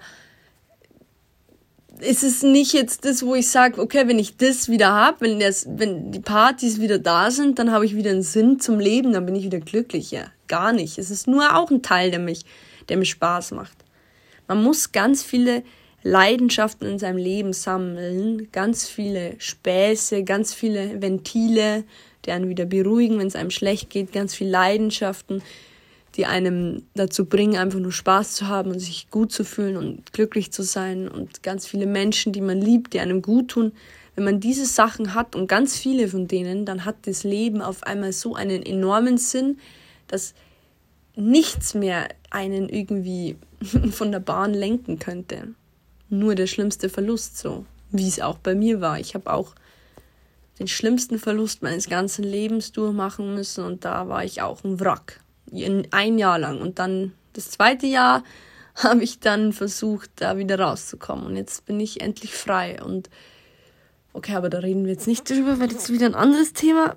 es ist nicht jetzt das, wo ich sage, okay, wenn ich das wieder habe, wenn die Partys wieder da sind, dann habe ich wieder einen Sinn zum Leben, dann bin ich wieder glücklich. Ja, gar nicht. Es ist nur auch ein Teil, der mich Spaß macht. Man muss ganz viele Leidenschaften in seinem Leben sammeln, ganz viele Späße, ganz viele Ventile, die einen wieder beruhigen, wenn es einem schlecht geht, ganz viele Leidenschaften, die einem dazu bringen, einfach nur Spaß zu haben und sich gut zu fühlen und glücklich zu sein und ganz viele Menschen, die man liebt, die einem gut tun. Wenn man diese Sachen hat und ganz viele von denen, dann hat das Leben auf einmal so einen enormen Sinn, dass nichts mehr einen irgendwie von der Bahn lenken könnte. Nur der schlimmste Verlust, so wie es auch bei mir war. Ich habe auch den schlimmsten Verlust meines ganzen Lebens durchmachen müssen und da war ich auch ein Wrack. Ein Jahr lang. Und dann das zweite Jahr habe ich dann versucht, da wieder rauszukommen. Und jetzt bin ich endlich frei. Und okay, aber da reden wir jetzt nicht drüber, weil das ist wieder ein anderes Thema.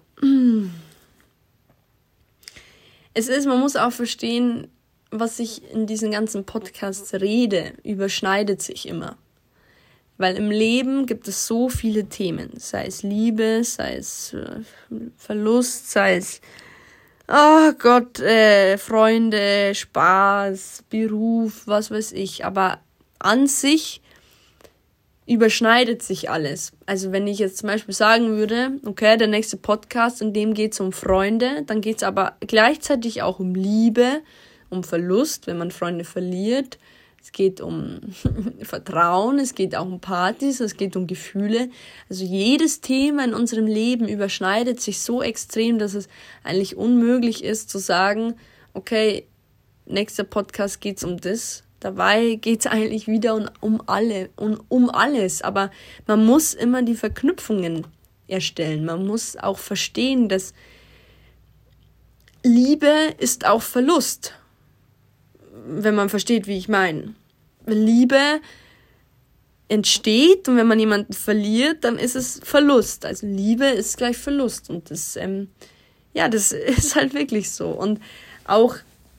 Man muss auch verstehen, was ich in diesen ganzen Podcasts rede, überschneidet sich immer. Weil im Leben gibt es so viele Themen. Sei es Liebe, sei es Verlust, sei es oh Gott, Freunde, Spaß, Beruf, was weiß ich. Aber an sich überschneidet sich alles. Also wenn ich jetzt zum Beispiel sagen würde, okay, der nächste Podcast, in dem geht es um Freunde, dann geht es aber gleichzeitig auch um Liebe, um Verlust, wenn man Freunde verliert. Es geht um Vertrauen, es geht auch um Partys, es geht um Gefühle. Also jedes Thema in unserem Leben überschneidet sich so extrem, dass es eigentlich unmöglich ist zu sagen, okay, nächster Podcast geht's um das. Dabei geht's eigentlich wieder um alles. Aber man muss immer die Verknüpfungen erstellen. Man muss auch verstehen, dass Liebe ist auch Verlust. wenn man versteht, wie ich meine. Liebe entsteht und wenn man jemanden verliert, dann ist es Verlust. Also Liebe ist gleich Verlust und das, das ist halt wirklich so. Und auch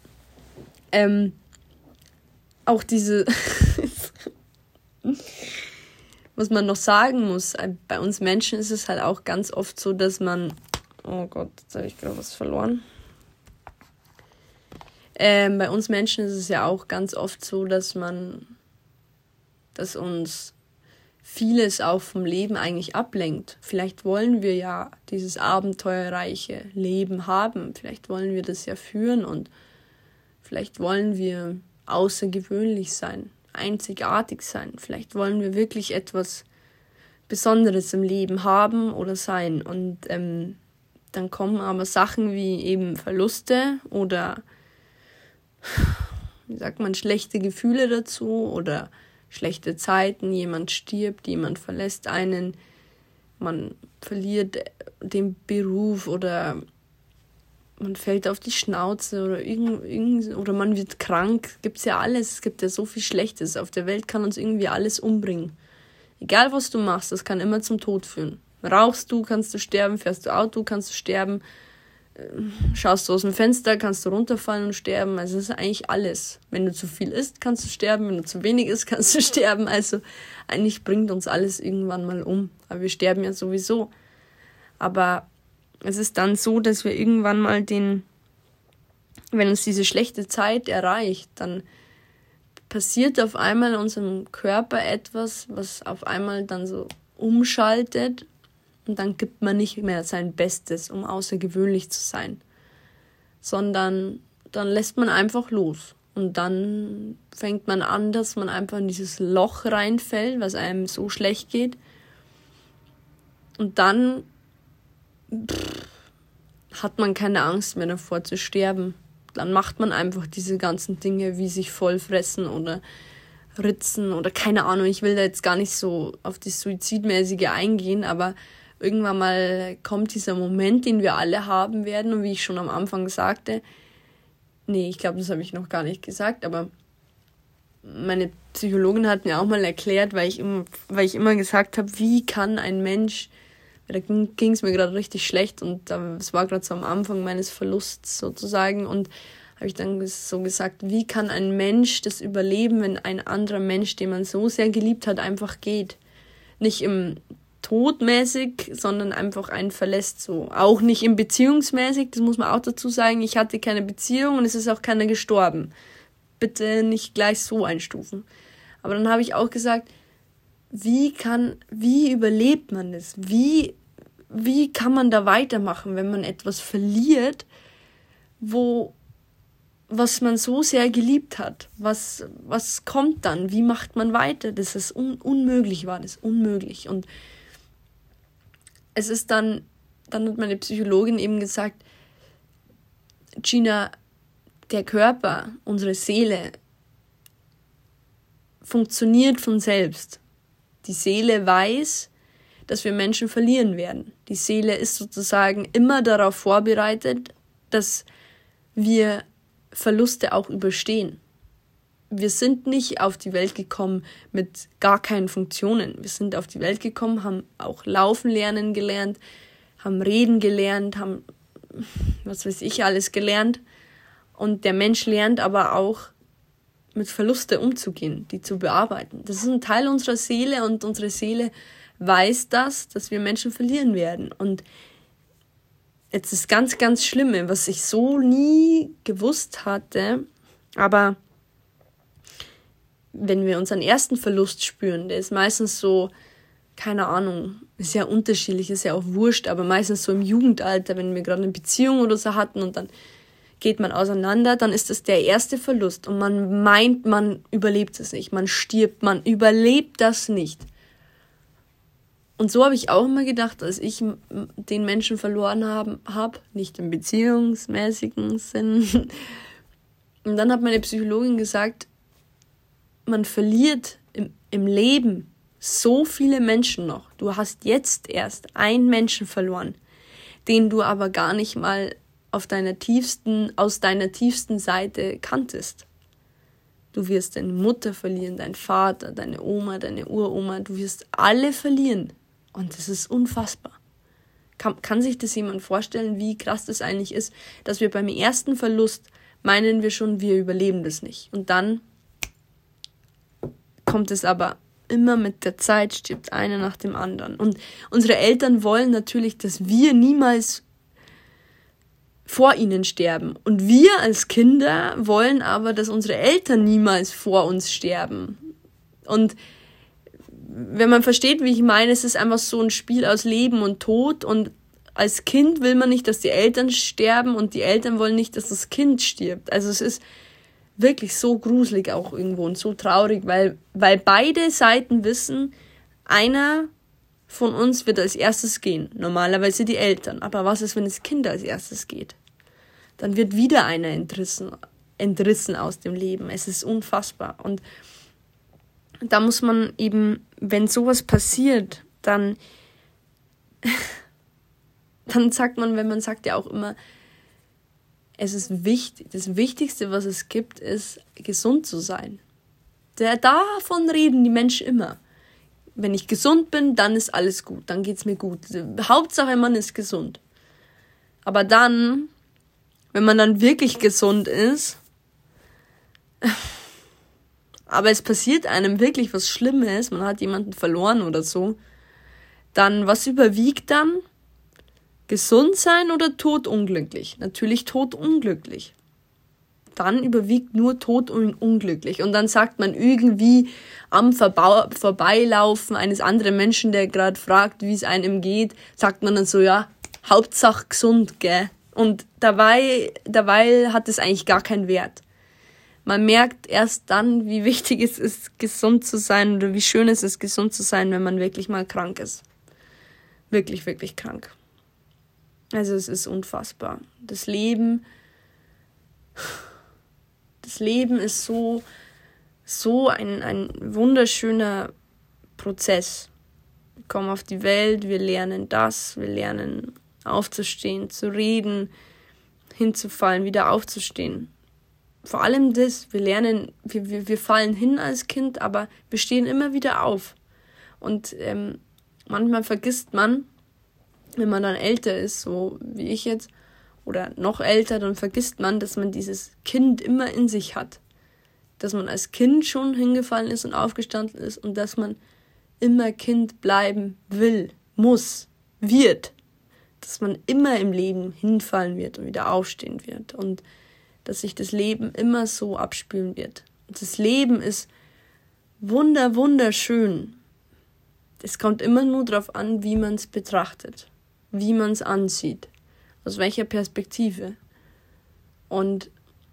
diese, was man noch sagen muss, bei uns Menschen ist es halt auch ganz oft so, dass man, oh Gott, jetzt habe ich gerade was verloren. Bei uns Menschen ist es ja auch ganz oft so, dass uns vieles auch vom Leben eigentlich ablenkt. Vielleicht wollen wir ja dieses abenteuerreiche Leben haben. Vielleicht wollen wir das ja führen und vielleicht wollen wir außergewöhnlich sein, einzigartig sein. Vielleicht wollen wir wirklich etwas Besonderes im Leben haben oder sein. Und dann kommen aber Sachen wie eben Verluste oder, wie sagt man, schlechte Gefühle dazu oder schlechte Zeiten, jemand stirbt, jemand verlässt einen, man verliert den Beruf oder man fällt auf die Schnauze oder oder man wird krank. Gibt's ja alles, es gibt ja so viel Schlechtes. Auf der Welt kann uns irgendwie alles umbringen. Egal was du machst, das kann immer zum Tod führen. Rauchst du, kannst du sterben, fährst du Auto, kannst du sterben, schaust du aus dem Fenster, kannst du runterfallen und sterben. Also das ist eigentlich alles. Wenn du zu viel isst, kannst du sterben. Wenn du zu wenig isst, kannst du sterben. Also eigentlich bringt uns alles irgendwann mal um. Aber wir sterben ja sowieso. Aber es ist dann so, dass wir irgendwann mal wenn uns diese schlechte Zeit erreicht, dann passiert auf einmal in unserem Körper etwas, was auf einmal dann so umschaltet. Und dann gibt man nicht mehr sein Bestes, um außergewöhnlich zu sein, sondern dann lässt man einfach los. Und dann fängt man an, dass man einfach in dieses Loch reinfällt, was einem so schlecht geht. Und dann hat man keine Angst mehr davor zu sterben. Dann macht man einfach diese ganzen Dinge, wie sich vollfressen oder ritzen oder keine Ahnung. Ich will da jetzt gar nicht so auf das Suizidmäßige eingehen, aber irgendwann mal kommt dieser Moment, den wir alle haben werden. Und wie ich schon am Anfang sagte, ich glaube, das habe ich noch gar nicht gesagt, aber meine Psychologin hat mir auch mal erklärt, weil ich immer gesagt habe, wie kann ein Mensch, da ging es mir gerade richtig schlecht und es war gerade so am Anfang meines Verlusts sozusagen und habe ich dann so gesagt, wie kann ein Mensch das überleben, wenn ein anderer Mensch, den man so sehr geliebt hat, einfach geht. Nicht im todmäßig, sondern einfach einen verlässt so. Auch nicht im beziehungsmäßig, das muss man auch dazu sagen. Ich hatte keine Beziehung und es ist auch keiner gestorben. Bitte nicht gleich so einstufen. Aber dann habe ich auch gesagt, wie überlebt man das? Wie kann man da weitermachen, wenn man etwas verliert, was man so sehr geliebt hat? Was kommt dann? Wie macht man weiter? Das ist unmöglich, war das unmöglich. Und es ist dann hat meine Psychologin eben gesagt, Gina, der Körper, unsere Seele funktioniert von selbst. Die Seele weiß, dass wir Menschen verlieren werden. Die Seele ist sozusagen immer darauf vorbereitet, dass wir Verluste auch überstehen. Wir sind nicht auf die Welt gekommen mit gar keinen Funktionen. Wir sind auf die Welt gekommen, haben auch laufen lernen gelernt, haben reden gelernt, haben was weiß ich alles gelernt. Und der Mensch lernt aber auch mit Verluste umzugehen, die zu bearbeiten. Das ist ein Teil unserer Seele und unsere Seele weiß dass wir Menschen verlieren werden. Und jetzt ist ganz, ganz Schlimme, was ich so nie gewusst hatte, aber wenn wir unseren ersten Verlust spüren, der ist meistens so, keine Ahnung, ist ja unterschiedlich, ist ja auch wurscht, aber meistens so im Jugendalter, wenn wir gerade eine Beziehung oder so hatten und dann geht man auseinander, dann ist das der erste Verlust und man meint, man überlebt es nicht, man stirbt, man überlebt das nicht. Und so habe ich auch immer gedacht, als ich den Menschen verloren habe, nicht im beziehungsmäßigen Sinn. Und dann hat meine Psychologin gesagt, man verliert im Leben so viele Menschen noch. Du hast jetzt erst einen Menschen verloren, den du aber gar nicht mal aus deiner tiefsten Seite kanntest. Du wirst deine Mutter verlieren, deinen Vater, deine Oma, deine Uroma. Du wirst alle verlieren. Und das ist unfassbar. Kann sich das jemand vorstellen, wie krass das eigentlich ist, dass wir beim ersten Verlust meinen wir schon, wir überleben das nicht. Und dann kommt es aber immer mit der Zeit, stirbt einer nach dem anderen. Und unsere Eltern wollen natürlich, dass wir niemals vor ihnen sterben. Und wir als Kinder wollen aber, dass unsere Eltern niemals vor uns sterben. Und wenn man versteht, wie ich meine, es ist einfach so ein Spiel aus Leben und Tod. Und als Kind will man nicht, dass die Eltern sterben und die Eltern wollen nicht, dass das Kind stirbt. Also es ist wirklich so gruselig auch irgendwo und so traurig, weil beide Seiten wissen, einer von uns wird als erstes gehen. Normalerweise die Eltern. Aber was ist, wenn das Kind als erstes geht? Dann wird wieder einer entrissen aus dem Leben. Es ist unfassbar. Und da muss man eben, wenn sowas passiert, dann sagt man sagt ja auch immer, es ist wichtig, das Wichtigste, was es gibt, ist, gesund zu sein. Davon reden die Menschen immer. Wenn ich gesund bin, dann ist alles gut, dann geht's mir gut. Hauptsache, man ist gesund. Aber dann, wenn man dann wirklich gesund ist, aber es passiert einem wirklich was Schlimmes, man hat jemanden verloren oder so, dann, was überwiegt dann? Gesund sein oder todunglücklich? Natürlich todunglücklich. Dann überwiegt nur todunglücklich. Und dann sagt man irgendwie am Vorbeilaufen eines anderen Menschen, der gerade fragt, wie es einem geht, sagt man dann so, ja, Hauptsache gesund, gell? Und dabei hat es eigentlich gar keinen Wert. Man merkt erst dann, wie wichtig es ist, gesund zu sein oder wie schön es ist, gesund zu sein, wenn man wirklich mal krank ist. Wirklich, wirklich krank. Also es ist unfassbar. Das Leben ist so ein wunderschöner Prozess. Wir kommen auf die Welt, wir lernen wir lernen aufzustehen, zu reden, hinzufallen, wieder aufzustehen. Vor allem das, wir fallen hin als Kind, aber wir stehen immer wieder auf. Und manchmal vergisst man, wenn man dann älter ist, so wie ich jetzt, oder noch älter, dann vergisst man, dass man dieses Kind immer in sich hat. Dass man als Kind schon hingefallen ist und aufgestanden ist und dass man immer Kind bleiben will, muss, wird. Dass man immer im Leben hinfallen wird und wieder aufstehen wird und dass sich das Leben immer so abspielen wird. Und das Leben ist wunderschön. Es kommt immer nur darauf an, wie man es betrachtet, wie man es ansieht, aus welcher Perspektive. Und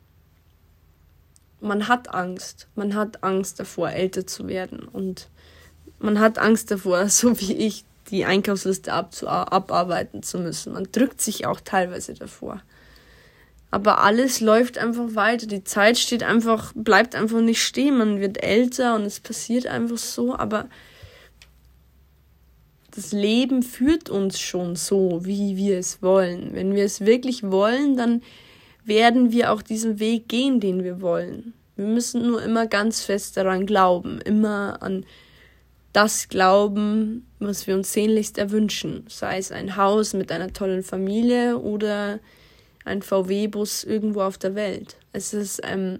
man hat Angst davor, älter zu werden. Und man hat Angst davor, so wie ich, die Einkaufsliste abarbeiten zu müssen. Man drückt sich auch teilweise davor. Aber alles läuft einfach weiter. Die Zeit bleibt einfach nicht stehen. Man wird älter und es passiert einfach so. Aber das Leben führt uns schon so, wie wir es wollen. Wenn wir es wirklich wollen, dann werden wir auch diesen Weg gehen, den wir wollen. Wir müssen nur immer ganz fest daran glauben. Immer an das glauben, was wir uns sehnlichst erwünschen. Sei es ein Haus mit einer tollen Familie oder ein VW-Bus irgendwo auf der Welt. Es ist,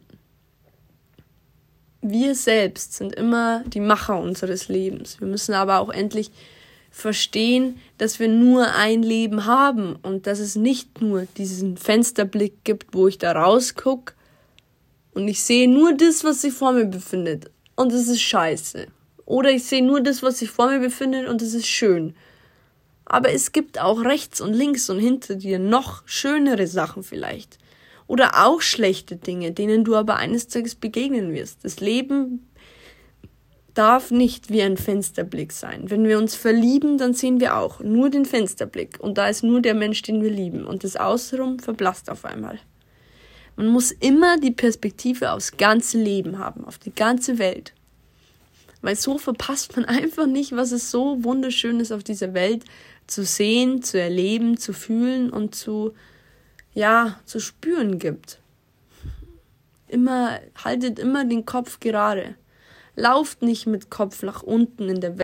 wir selbst sind immer die Macher unseres Lebens. Wir müssen aber auch endlich verstehen, dass wir nur ein Leben haben und dass es nicht nur diesen Fensterblick gibt, wo ich da rausgucke und ich sehe nur das, was sich vor mir befindet und es ist scheiße. Oder ich sehe nur das, was sich vor mir befindet und es ist schön. Aber es gibt auch rechts und links und hinter dir noch schönere Sachen vielleicht. Oder auch schlechte Dinge, denen du aber eines Tages begegnen wirst. Das Leben darf nicht wie ein Fensterblick sein. Wenn wir uns verlieben, dann sehen wir auch nur den Fensterblick. Und da ist nur der Mensch, den wir lieben. Und das Außenrum verblasst auf einmal. Man muss immer die Perspektive aufs ganze Leben haben, auf die ganze Welt. Weil so verpasst man einfach nicht, was es so wunderschön ist auf dieser Welt zu sehen, zu erleben, zu fühlen und zu spüren gibt. haltet immer den Kopf gerade. Lauft nicht mit Kopf nach unten in der